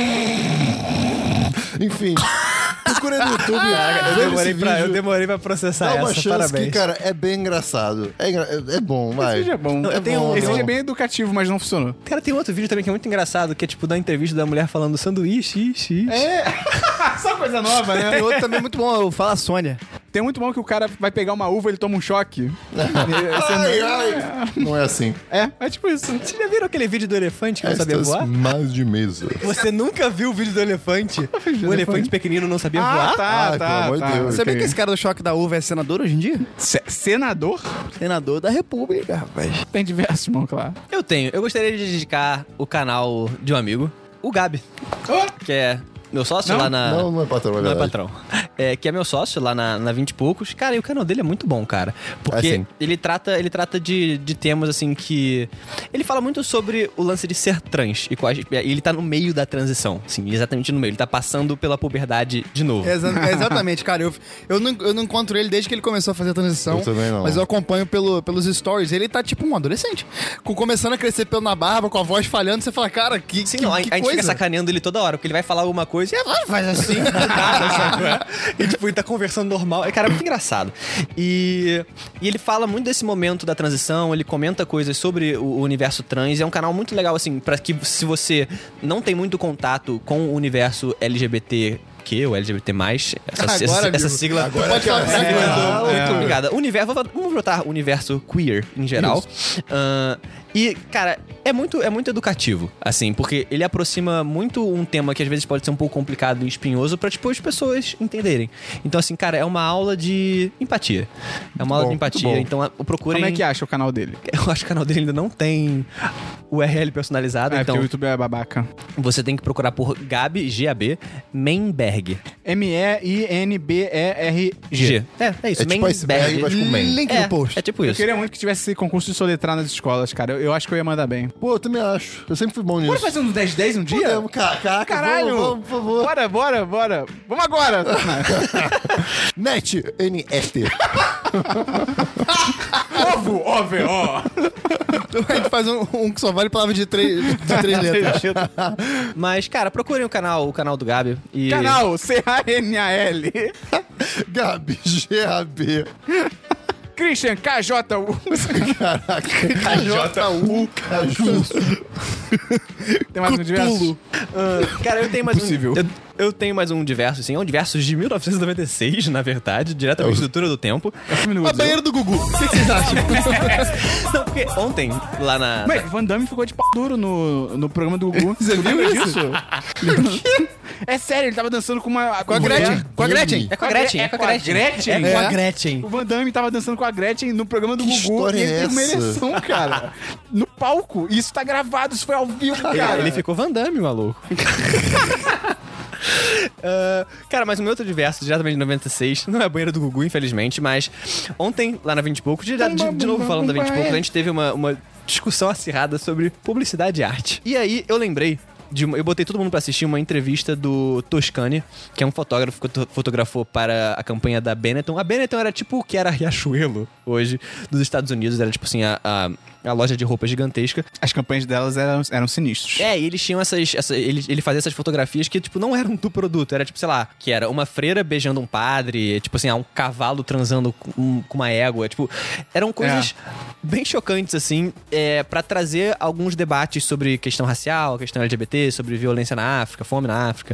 Enfim, procurei no YouTube. Eu demorei pra processar Dá uma essa, chance parabéns. que, cara, é bem engraçado. É bom, vai. Esse é bom. Eu tenho Esse é bem educativo, mas não funcionou. Cara, tem outro vídeo também que é muito engraçado, que é tipo da entrevista da mulher falando sanduíche, ixi. Só coisa nova, né? Tem outro também muito bom, o Fala Sônia. Tem muito bom que o cara vai pegar uma uva, ele toma um choque. Ai. Não é assim. É tipo isso. Vocês já viram aquele vídeo do elefante que não sabia Estas voar? mais de mesa. Você nunca viu o vídeo do elefante? O elefante pequenino não sabia voar? Ai, pelo amor de Deus. Sabia que esse cara do choque da uva é senador hoje em dia? Senador? Senador da República, rapaz. Tem diversos, irmão, claro. Eu tenho. Eu gostaria de dedicar o canal de um amigo, o Gabi, que é meu sócio Não? lá na... Não é patrão, é Não é verdade. patrão. que é meu sócio lá na 20 e poucos. Cara, e o canal dele é muito bom, cara. Porque Assim. ele trata de temas, assim, que... Ele fala muito sobre o lance de ser trans. E ele tá no meio da transição, assim, exatamente no meio. Ele tá passando pela puberdade de novo. Exatamente, cara. Eu não encontro ele desde que ele começou a fazer a transição. Eu também não. Mas eu acompanho pelos stories. Ele tá tipo um adolescente. Começando a crescer pelo na barba, com a voz falhando, você fala, cara, que Sim, que, não, a que gente coisa. fica sacaneando ele toda hora, porque ele vai falar alguma coisa e faz assim, do nada, sabe? E tipo, ele tá conversando normal. Cara, é muito engraçado. E ele fala muito desse momento da transição, ele comenta coisas sobre o universo trans. É um canal muito legal, assim, pra que se você não tem muito contato com o universo LGBT, ou LGBT+, essa sigla... Agora pode falar Muito obrigada. Vamos botar universo queer em geral. E, cara, é muito educativo, assim, porque ele aproxima muito um tema que às vezes pode ser um pouco complicado e espinhoso pra, tipo, as pessoas entenderem. Então, assim, cara, é uma aula de empatia. É uma aula de empatia. Então, procurem... Como é que acha o canal dele? Eu acho que o canal dele ainda não tem URL personalizado, então... porque o YouTube é babaca. Você tem que procurar por Gabi, G-A-B, Mainberg. M-E-I-N-B-E-R-G. É isso, É tipo iceberg, mas com man. Link no post. É tipo Eu isso. queria muito que tivesse esse concurso de soletrar nas escolas, cara. Eu acho que eu ia mandar bem. Pô, eu também acho. Eu sempre fui bom nisso. Bora fazer um 10-10 um dia? Podemos, caraca, Caralho! vamos, por favor. Bora. Vamos agora! Net, N-F-T. Ovo, ó. A gente faz um que só vale palavra de três letras. Mas, cara, procurem o canal do Gabi. E... Canal C-A-N-A-L. Gabi, G-A-B. Christian KJU. K-J-U. Tem mais um diverso? Cara, eu tenho mais Impossível. Eu tenho mais um diverso, assim. É um diverso de 1996, na verdade. Diretamente do Túnel do Tempo. A banheira do Gugu. O que vocês acham? Não, porque ontem, lá na... Ué, Van Damme ficou de pau duro no programa do Gugu. Você viu isso? É sério, ele tava dançando com uma... Com a Gretchen. Com a Gretchen. É com a Gretchen. É com a Gretchen? É com a Gretchen. O Van Damme tava dançando com a Gretchen no programa do Que Gugu. história E ele é teve uma essa? ereção, cara. No palco. E isso tá gravado, isso foi ao vivo, cara. Ele ficou Van Damme, maluco. Cara, mas o meu outro diverso, diretamente de 96, não é a banheira do Gugu, infelizmente, mas ontem, lá na 20 e pouco, de novo falando da 20 e pouco, a gente teve uma discussão acirrada sobre publicidade e arte. E aí, eu lembrei eu botei todo mundo pra assistir uma entrevista do Toscani, que é um fotógrafo que fotografou para a campanha da Benetton. A Benetton era tipo o que era a Riachuelo hoje dos Estados Unidos, era tipo assim, a loja de roupa gigantesca. As campanhas delas eram sinistros. E eles tinham ele fazia essas fotografias que, tipo, não eram do produto. Era, tipo, sei lá, que era uma freira beijando um padre, tipo assim, um cavalo transando com uma égua. Tipo, eram coisas bem chocantes, assim, pra trazer alguns debates sobre questão racial, questão LGBT, sobre violência na África, fome na África.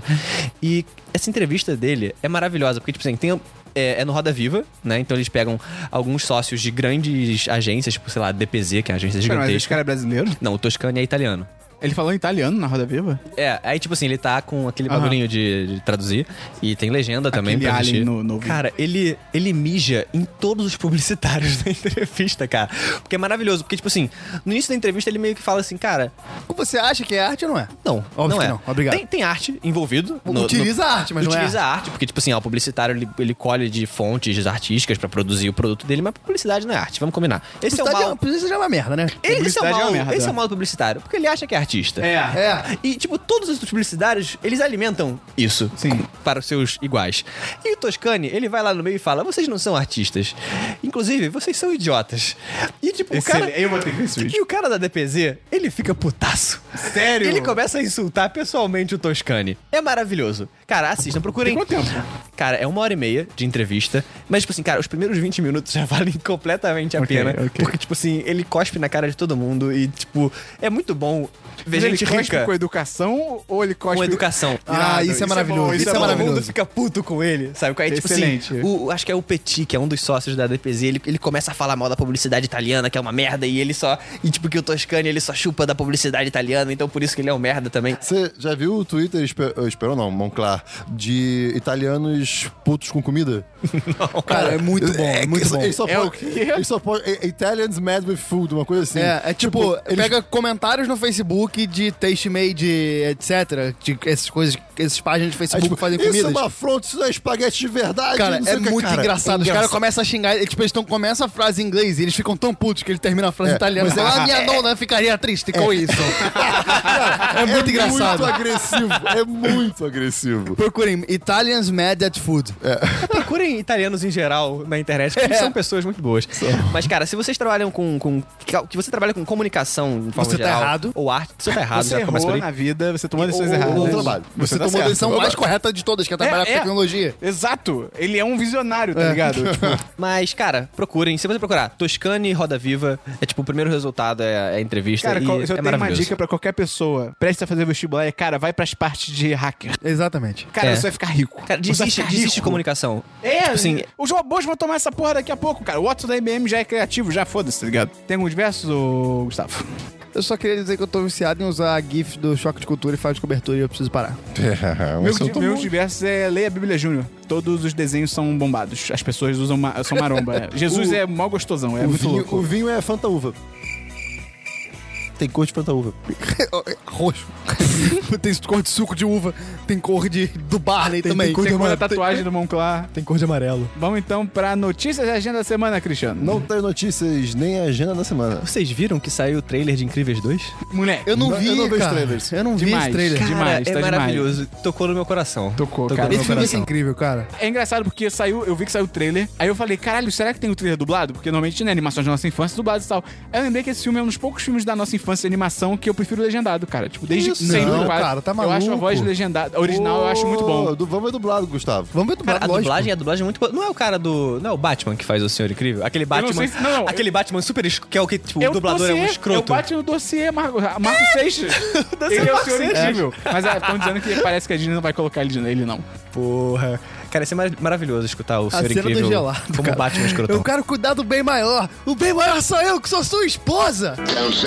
E essa entrevista dele é maravilhosa, porque, tipo assim, tem... É no Roda Viva, né? Então eles pegam alguns sócios de grandes agências, tipo, sei lá, DPZ, que é uma agência Mas esse gigantesca. cara é brasileiro? Não, o Toscani é italiano. Ele falou em italiano na Roda Viva? Aí tipo assim, ele tá com aquele bagulhinho de traduzir e tem legenda também Aquele pra alien assistir. no ouvido. Cara, ele mija em todos os publicitários da entrevista, cara. Porque é maravilhoso, porque tipo assim, no início da entrevista ele meio que fala assim, cara... Você acha que é arte ou não é? Não, Óbvio não que é. não. Obrigado. Tem arte envolvido. Utiliza a arte, mas não é Utiliza a arte, porque tipo assim, o publicitário ele colhe de fontes artísticas pra produzir o produto dele, mas publicidade não é arte, vamos combinar. Esse é o mal... Publicidade é uma merda, né? Esse é Publicidade é uma merda. o mal do publicitário, porque ele acha que é artista. É. E, tipo, todos os publicitários, eles alimentam isso. Sim. Para os seus iguais. E o Toscani, ele vai lá no meio e fala, vocês não são artistas. Inclusive, vocês são idiotas. E, tipo, o cara... Eu vou ter que ver esse vídeo. E o cara da DPZ, ele fica putaço. Sério? Ele começa a insultar pessoalmente o Toscani. É maravilhoso. Cara, assistam, procurem. Tem quanto tempo? Cara, é 1h30 de entrevista. Mas, tipo assim, cara, os primeiros 20 minutos já valem completamente a Ok, pena. ok. Porque, tipo assim, ele cospe na cara de todo mundo. E, tipo, é muito bom ver Mas gente ele cospe rica com educação ou ele cospe... com educação. Isso é maravilhoso. bom, E Isso é todo maravilhoso. mundo fica puto com ele, sabe? Aí, tipo Excelente. assim, acho que é o Petit, que é um dos sócios da DPZ, ele começa a falar mal da publicidade italiana, que é uma merda, e ele só... E tipo, que o Toscani, ele só chupa da publicidade italiana, então por isso que ele é um merda também. Você já viu o Twitter, esperou não, Monclar, de italianos putos com comida? Cara, é muito bom, é muito bom. Ele só É pode, o quê? Ele só pode... Italians mad with food, uma coisa assim. Tipo, eles- pega comentários no Facebook Facebook de Taste Made, etc. De essas coisas, essas páginas de Facebook que fazem isso comidas. Isso é uma afronta, isso não é espaguete de verdade. Cara, não sei é o que, muito cara. engraçado. Os caras começam a xingar, tipo, eles começam a frase em inglês e eles ficam tão putos que ele termina a frase em italiano. Mas minha dona ficaria triste com isso. Cara, é muito engraçado. É muito agressivo. Procurem Italians Mad at Food. Procurem italianos em geral na internet, que eles são pessoas muito boas. Mas, cara, se vocês trabalham que você trabalha com comunicação de forma Você tá geral, errado. ou arte, você tá errado. Você já começa por errou aí. na vida, você tomou decisões Ou erradas. no trabalho. Você tá tomou a certo. decisão mais correta de todas, que é trabalhar com tecnologia. Exato. Ele é um visionário, tá ligado? Tipo, Mas, cara, procurem. Se você procurar Toscane Roda Viva, é tipo, o primeiro resultado é a entrevista cara, e se eu é tenho uma maravilhoso. dica pra qualquer pessoa, presta a fazer vestibular, cara, vai pras partes de hacker. Exatamente. Cara, É. você vai ficar rico. Cara, Você vai desiste ficar de rico. comunicação. É, assim, os robôs vão tomar essa porra daqui a pouco, cara. O Watson da IBM já é criativo, já foda-se, tá ligado? Tem alguns versos, ô Gustavo? Eu só queria dizer que eu tô viciado em usar a GIF do Choque de Cultura e faz de cobertura e eu preciso parar. Meus diversos é Leia a Bíblia Júnior. Todos os desenhos são bombados. As pessoas são maromba. É. Jesus é mó gostosão, é muito louco. O vinho é Fanta Uva. Tem cor de Fanta Uva. Roxo. Tem cor de suco de uva, tem cor do Barley também. Tem cor da tatuagem do Monclar. Tem cor de amarelo. Vamos então pra notícias e agenda da semana, Cristiano. Não tem notícias nem a agenda da semana. Vocês viram que saiu o trailer de Incríveis 2? Moleque. Eu não vi, eu não vi os cara. trailers. Eu não vi Demais. esse trailer. Cara, demais, é tá maravilhoso. Tocou no meu coração. Tocou, Tocou cara. no Esse meu filme é coração. incrível, cara. É engraçado porque eu vi que saiu o trailer, aí eu falei, caralho, será que tem o trailer dublado? Porque normalmente, né, animações da nossa infância dubladas e tal. Aí eu lembrei que esse filme é um dos poucos filmes da nossa infância de animação que eu prefiro legendado, cara. Tipo, desde Isso? sempre. Não, quase. cara, tá Eu acho a maluco. voz legendada, a original eu acho muito bom. Vamos ver dublado, Gustavo. Vamos ver Cara, dublado, lógico. a dublagem é muito boa. Não é o cara do... Não é o Batman que faz o Senhor Incrível? Aquele Batman... sei se- não, aquele Batman super... Que é o que, tipo, o É o dublador é um dossiê, escroto. Eu bati no dossiê Marco Seixas. Ele é o senhor incrível. Mas estão dizendo que parece que a Disney não vai colocar ele não. Porra. Cara, isso é maravilhoso escutar o A Senhor cena do Incrível gelado, como cara. Batman escrotão. Eu quero cuidar do bem maior. O bem maior sou eu, que sou sua esposa.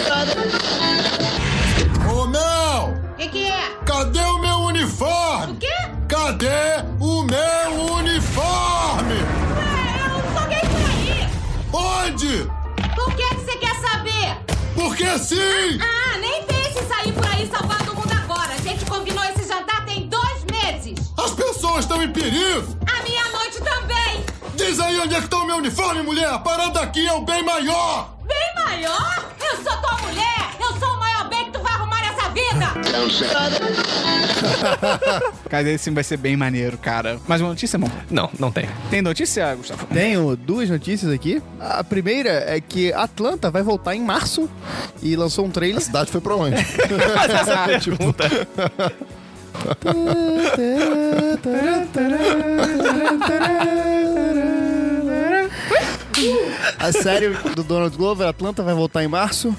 Ô, Mel! Que é? Cadê o meu uniforme? O quê? Cadê o meu uniforme? Eu joguei por aí. Onde? Por que você quer saber? Porque sim! Ah, nem pense em sair por aí salvando o mundo agora. A gente combinou esse jantar tem 2 meses. As pessoas estão em perigo! A minha noite também. Diz aí onde é que tá o meu uniforme, mulher! A parada aqui é o bem maior! Bem maior? Eu sou tua mulher. Eu sou o maior bem que tu vai arrumar nessa vida. Cara, esse vai ser bem maneiro, cara. Mas uma notícia, irmão? Não tem. Tem notícia, Gustavo? Tenho 2 notícias aqui. A primeira é que Atlanta vai voltar em março e lançou um trailer. A cidade foi pra onde? A série do Donald Glover, Atlanta, vai voltar em março.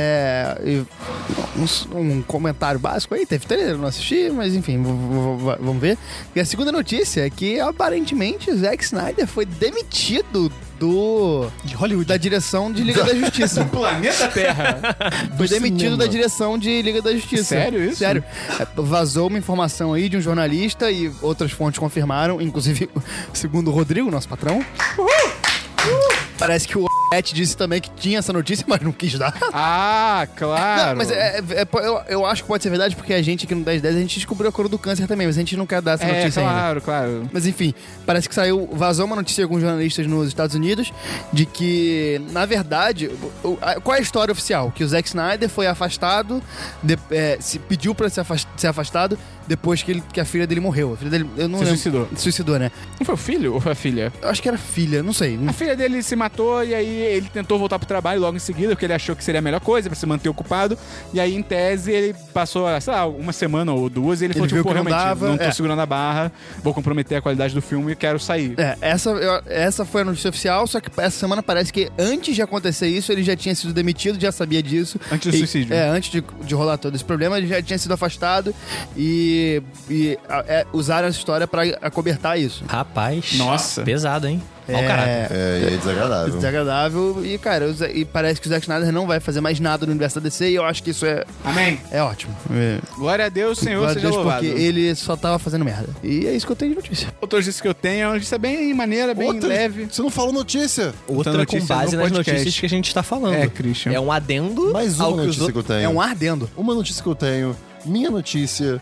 Um comentário básico aí, teve trailer, eu não assisti, mas enfim, vamos ver. E a segunda notícia é que aparentemente o Zack Snyder foi demitido de Hollywood, da direção de Liga da Justiça. Planeta Terra. Foi demitido cinema. da direção de Liga da Justiça. Sério isso? Sério. Vazou uma informação aí de um jornalista e outras fontes confirmaram, inclusive segundo o Rodrigo, nosso patrão. Parece que o Net disse também que tinha essa notícia, mas não quis dar. Ah, claro. Não, mas eu acho que pode ser verdade, porque a gente aqui no 1010 a gente descobriu a cor do câncer também, mas a gente não quer dar essa notícia ainda. Claro. Mas enfim, parece que vazou uma notícia de alguns jornalistas nos Estados Unidos de que, na verdade, qual é a história oficial? Que o Zack Snyder foi afastado, se pediu pra ser afastado depois que a filha dele morreu. A filha dele, eu não Se lembro. suicidou. Suicidou, né? Não foi o filho ou foi a filha? Eu acho que era filha, não sei. A filha dele se matou e aí ele tentou voltar pro trabalho logo em seguida, porque ele achou que seria a melhor coisa pra se manter ocupado. E aí, em tese, ele passou, sei lá, uma semana ou 2 e ele falou, viu tipo, que não realmente, dava, não tô segurando a barra, vou comprometer a qualidade do filme e quero sair. Essa foi a notícia oficial, só que essa semana parece que antes de acontecer isso, ele já tinha sido demitido, já sabia disso. Antes do suicídio. Antes de rolar todo esse problema, ele já tinha sido afastado e usaram essa história pra acobertar isso. Rapaz. Nossa. Pesado, hein? Mau caráter. É desagradável. Desagradável. E, cara, e parece que o Zack Snyder não vai fazer mais nada no universo da DC e eu acho que isso Amém. é ótimo. Glória a Deus, Senhor, Glória a seja Deus, louvado. porque ele só tava fazendo merda. E é isso que eu tenho de notícia. Outra notícia que eu tenho é uma notícia bem maneira, bem Outra? leve. Você não falou notícia. Outra notícia com base no nas podcast. notícias que a gente tá falando. É, Christian. É um adendo Mais uma ao que os notícia que outros... eu tenho. É um ardendo. Uma notícia que eu tenho. Minha notícia.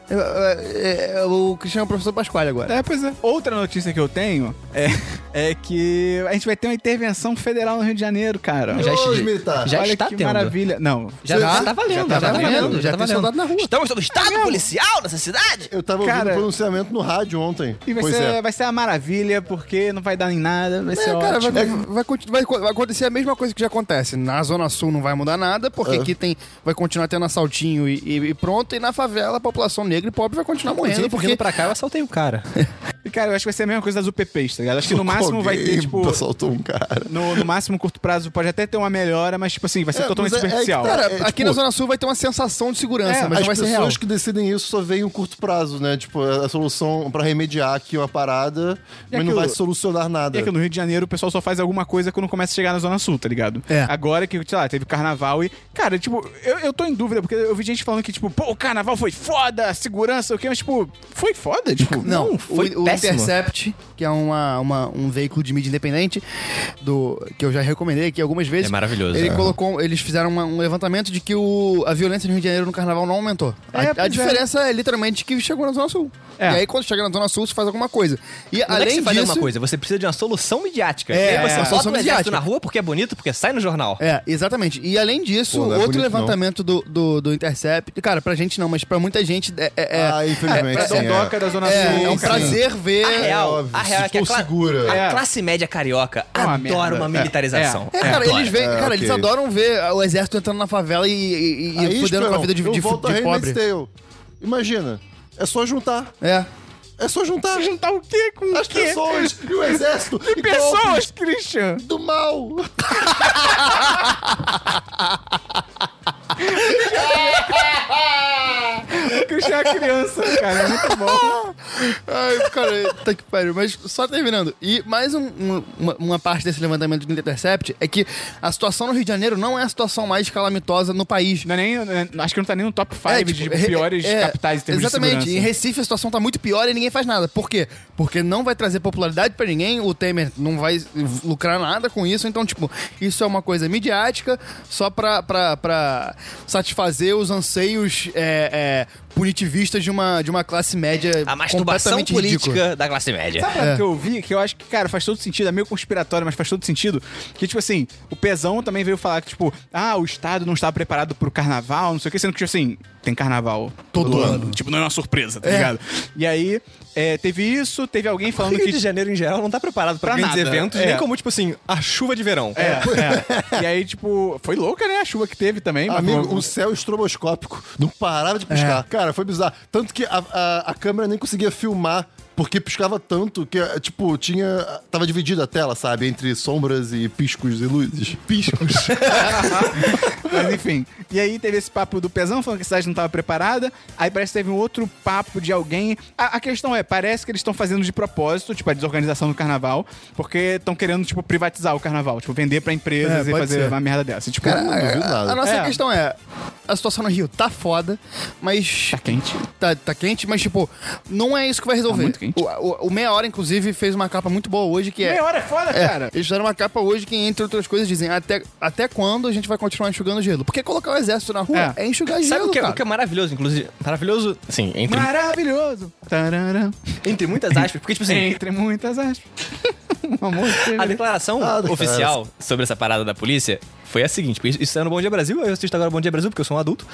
O Cristiano é o professor Pasquale agora. Pois é. Outra notícia que eu tenho é que a gente vai ter uma intervenção federal no Rio de Janeiro, cara. Os militares. Já Olha está que tendo. maravilha. Não. Já tá valendo. Já tá valendo. Já tá tem soldado valendo. na rua. Estamos sob estado policial nessa cidade? Eu tava ouvindo Cara, o pronunciamento no rádio ontem. E vai ser uma maravilha, porque não vai dar em nada, vai ser Cara, ótimo. vai acontecer a mesma coisa que já acontece. Na Zona Sul não vai mudar nada, porque aqui vai continuar tendo assaltinho e pronto. E na favela, a população negra e pobre vai continuar morrendo. Porque vindo pra cá eu assaltei o cara. E, cara, eu acho que vai ser a mesma coisa das UPPs, tá ligado? Acho que no máximo vai ter, tipo... Assaltou um cara. No máximo, curto prazo, pode até ter uma melhora, mas, tipo assim, vai ser totalmente mas é que superficial. tá. Cara, É, aqui tipo, na Zona Sul vai ter uma sensação de segurança, mas As não vai ser real. pessoas que decidem isso só veem um curto prazo, né? Tipo, a solução pra remediar aqui uma parada, mas não aquilo- vai solucionar nada. E aqui no Rio de Janeiro, o pessoal só faz alguma coisa quando começa a chegar na Zona Sul, tá ligado? É. Agora que, sei lá, teve carnaval e... Cara, tipo, eu tô em dúvida, porque eu vi gente falando que, tipo, pô, o carnaval foi foda, segurança, o quê? Mas, tipo, foi foda? Tipo, Não, foi o péssimo. Intercept, que é um veículo de mídia independente, que eu já recomendei aqui algumas vezes. É maravilhoso. Eles fizeram um levantamento de que a violência no Rio de Janeiro no carnaval não aumentou. A pois diferença é literalmente que chegou na Zona Sul. É. E aí, quando chega na Zona Sul, você faz alguma coisa. E Não é que além você faz disso. alguma coisa, você precisa de uma solução midiática. É, e aí você uma bota solução o exército midiática. na rua porque é bonito, porque sai no jornal. É, exatamente. E além disso, Pô, não é outro bonito, levantamento do Intercept, cara, pra gente não, mas pra muita gente Infelizmente, pra sim. Dondoca da Zona Sul. é um cara. prazer ver. óbvio, A real se é que a, for segura. a É. classe média carioca É uma adora merda. uma militarização. Cara, eles veem, cara, eles ok. adoram ver o exército entrando na favela e Aí, fudendo com a vida de eu volto a pobre. Handmaid's Tale. Imagina, é só juntar. É só juntar. Juntar o quê com As o quê? pessoas e o exército. E Pessoas, golpes Christian! do mal. O Christian é uma criança, cara, é muito bom. Ai, cara, tá que pariu. Mas só terminando. E mais uma parte desse levantamento do Intercept é que a situação no Rio de Janeiro não é a situação mais calamitosa no país. Não é nem, acho que não tá nem no top 5 de piores capitais em termos exatamente. de segurança. Em Recife a situação tá muito pior e ninguém faz nada. Por quê? Porque não vai trazer popularidade pra ninguém, o Temer não vai lucrar nada com isso, então, tipo, isso é uma coisa midiática só pra satisfazer os anseios punitivistas de uma classe média A masturbação completamente política ridícula. da classe média. Sabe a que eu vi? Que eu acho que, cara, faz todo sentido. É meio conspiratório, mas faz todo sentido. Que, tipo assim, o Pezão também veio falar que, tipo, o Estado não estava preparado pro carnaval, não sei o que, sendo que, tipo assim, tem carnaval todo ano. Tipo, não é uma surpresa, tá ligado? E aí, teve isso, teve alguém O falando Rio que... de Janeiro, em geral, não tá preparado pra Pra grandes nada. eventos, nem como, tipo assim, a chuva de verão. E aí, tipo, foi louca, né? A chuva que teve também. mas Amigo, foi- o céu estroboscópico não parava de piscar. Cara, foi bizarro. Tanto que a câmera nem conseguia filmar, porque piscava tanto que, tipo, tava dividida a tela, sabe? Entre sombras e piscos e luzes. Piscos. Mas enfim. E aí teve esse papo do Pezão falando que a cidade não estava preparada. Aí parece que teve um outro papo de alguém. A questão parece que eles estão fazendo de propósito, tipo, a desorganização do carnaval, porque estão querendo, tipo, privatizar o carnaval. Tipo, vender pra empresas e pode fazer ser. uma merda dessa. Tipo, Cara, não duvido nada. A nossa É. questão é, a situação no Rio tá foda, mas... tá quente. Tá quente, mas, tipo, não é isso que vai resolver. Tá muito quente. O Meia Hora, inclusive, fez uma capa muito boa hoje, que é... Meia hora é foda, cara. Eles fizeram uma capa hoje que, entre outras coisas, dizem até quando a gente vai continuar enxugando gelo? Porque colocar o exército na rua é enxugar gelo, Sabe o que cara. é maravilhoso, inclusive? Maravilhoso, assim, Maravilhoso. Tarará. entre muitas aspas, porque, tipo assim, Entre muitas aspas. Um amor de Deus. a declaração oficial sobre essa parada da polícia foi a seguinte, porque isso é no Bom Dia Brasil, eu assisto agora o Bom Dia Brasil porque eu sou um adulto.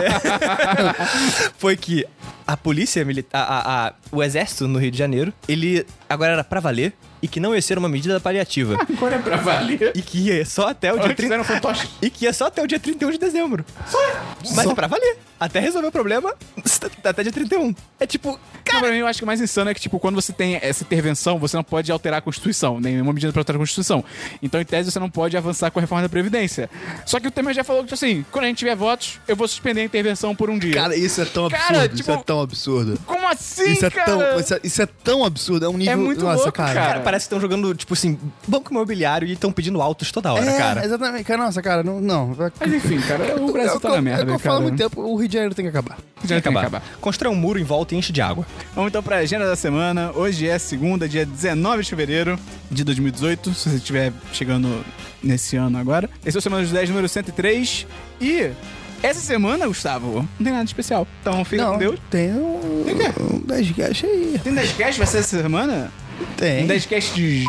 Foi que a polícia militar, o exército no Rio de Janeiro, ele agora era pra valer e que não ia ser uma medida paliativa. Agora é pra valer. E que ia só até o dia Olha que 30. fizeram fantoche. E que ia só até o dia 31 de dezembro. Mas é pra valer. Até resolver o problema, Até dia 31. É tipo... Não, pra mim, eu acho que o mais insano é que, tipo, quando você tem essa intervenção, você não pode alterar a Constituição, nenhuma medida pra alterar a Constituição. Então, em tese, você não pode avançar com a reforma da Previdência. Só que o Temer já falou que, assim, quando a gente tiver votos, eu vou suspender a intervenção por um dia. Cara, isso é tão absurdo. Cara, Isso tipo, é tão absurdo. como assim, Isso é cara? isso é tão absurdo. É um nível... É muito Nossa, louco, cara. Cara, parece que estão jogando, tipo assim, banco imobiliário e estão pedindo altos toda hora, cara. Exatamente. Cara, nossa, cara, não. Mas, enfim, cara, o Brasil tá na merda, É o que eu cara. falo há muito tempo. O Rio de Janeiro tem que acabar. Já tem que acabar. Constrói um muro em volta e enche de água. Vamos então pra agenda da semana. Hoje é segunda, dia 19 de fevereiro de 2018, se você estiver chegando nesse ano agora. Esse é o Semana dos 10, número 103. E essa semana, Gustavo, não tem nada de especial. Então fica com Deus. Tem um 10cast aí. Tem 10cast? Vai ser essa semana? Tem. Um 10cast de...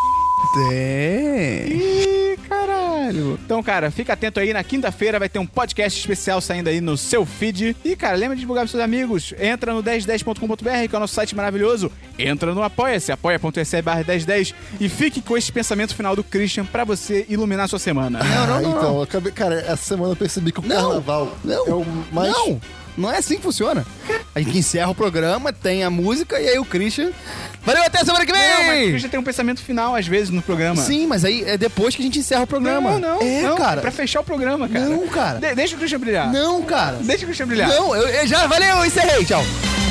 Tem. Ih, caralho. Então, cara, fica atento aí. Na quinta-feira vai ter um podcast especial saindo aí no seu feed. E, cara, lembra de divulgar pros seus amigos. Entra no 1010.com.br, que é o nosso site maravilhoso. Entra no Apoia-se, apoia.se/1010. E fique com esse pensamento final do Christian pra você iluminar a sua semana. Não. Então, eu acabei... Cara, essa semana eu percebi que o carnaval é o mais... Não é assim que funciona. A gente encerra o programa, tem a música e aí o Christian... Valeu, até semana que vem! Não, mas o Christian tem um pensamento final, às vezes, no programa. Sim, mas aí é depois que a gente encerra o programa. Não, cara. É pra fechar o programa, cara. Não, cara. Deixa o Christian brilhar. Não, cara. Deixa o Christian brilhar. Não, eu já... Valeu, eu encerrei, tchau.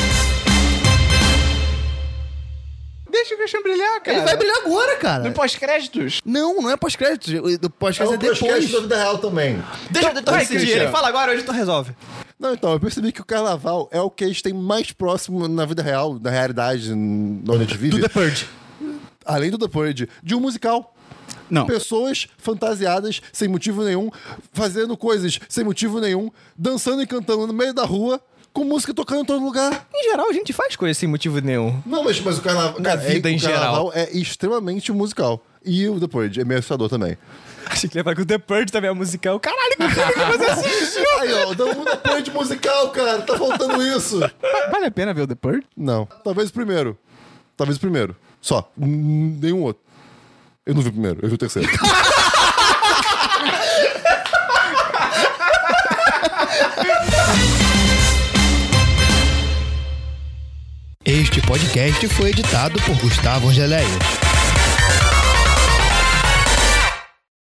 Deixa o Christian brilhar, cara. Ele vai brilhar agora, cara. No pós-créditos. Não é pós-crédito. O pós-crédito é depois. podcast da vida real também. Deixa eu vai, decidir. Christian. Ele fala agora, hoje tu resolve. Não, então, eu percebi que o carnaval é o que a gente tem mais próximo na vida real, da realidade, onde a gente vive. Do The Purge. Além do The Purge, de um musical. Não. Pessoas fantasiadas, sem motivo nenhum, fazendo coisas sem motivo nenhum, dançando e cantando no meio da rua, com música tocando em todo lugar. Em geral, a gente faz coisa sem motivo nenhum. Não, mas o carnaval, Na vida em o carnaval é extremamente musical. E o The Purge é meio assustador também. Achei que lembra que o The Purge também é musical. Caralho, que filme que você assistiu? Aí, ó, dá um The Purge musical, cara. Tá faltando isso. Vale a pena ver o The Purge? Não. Talvez o primeiro. Só. Nenhum outro. Eu não vi o primeiro, eu vi o terceiro. Este podcast foi editado por Gustavo Angeléia.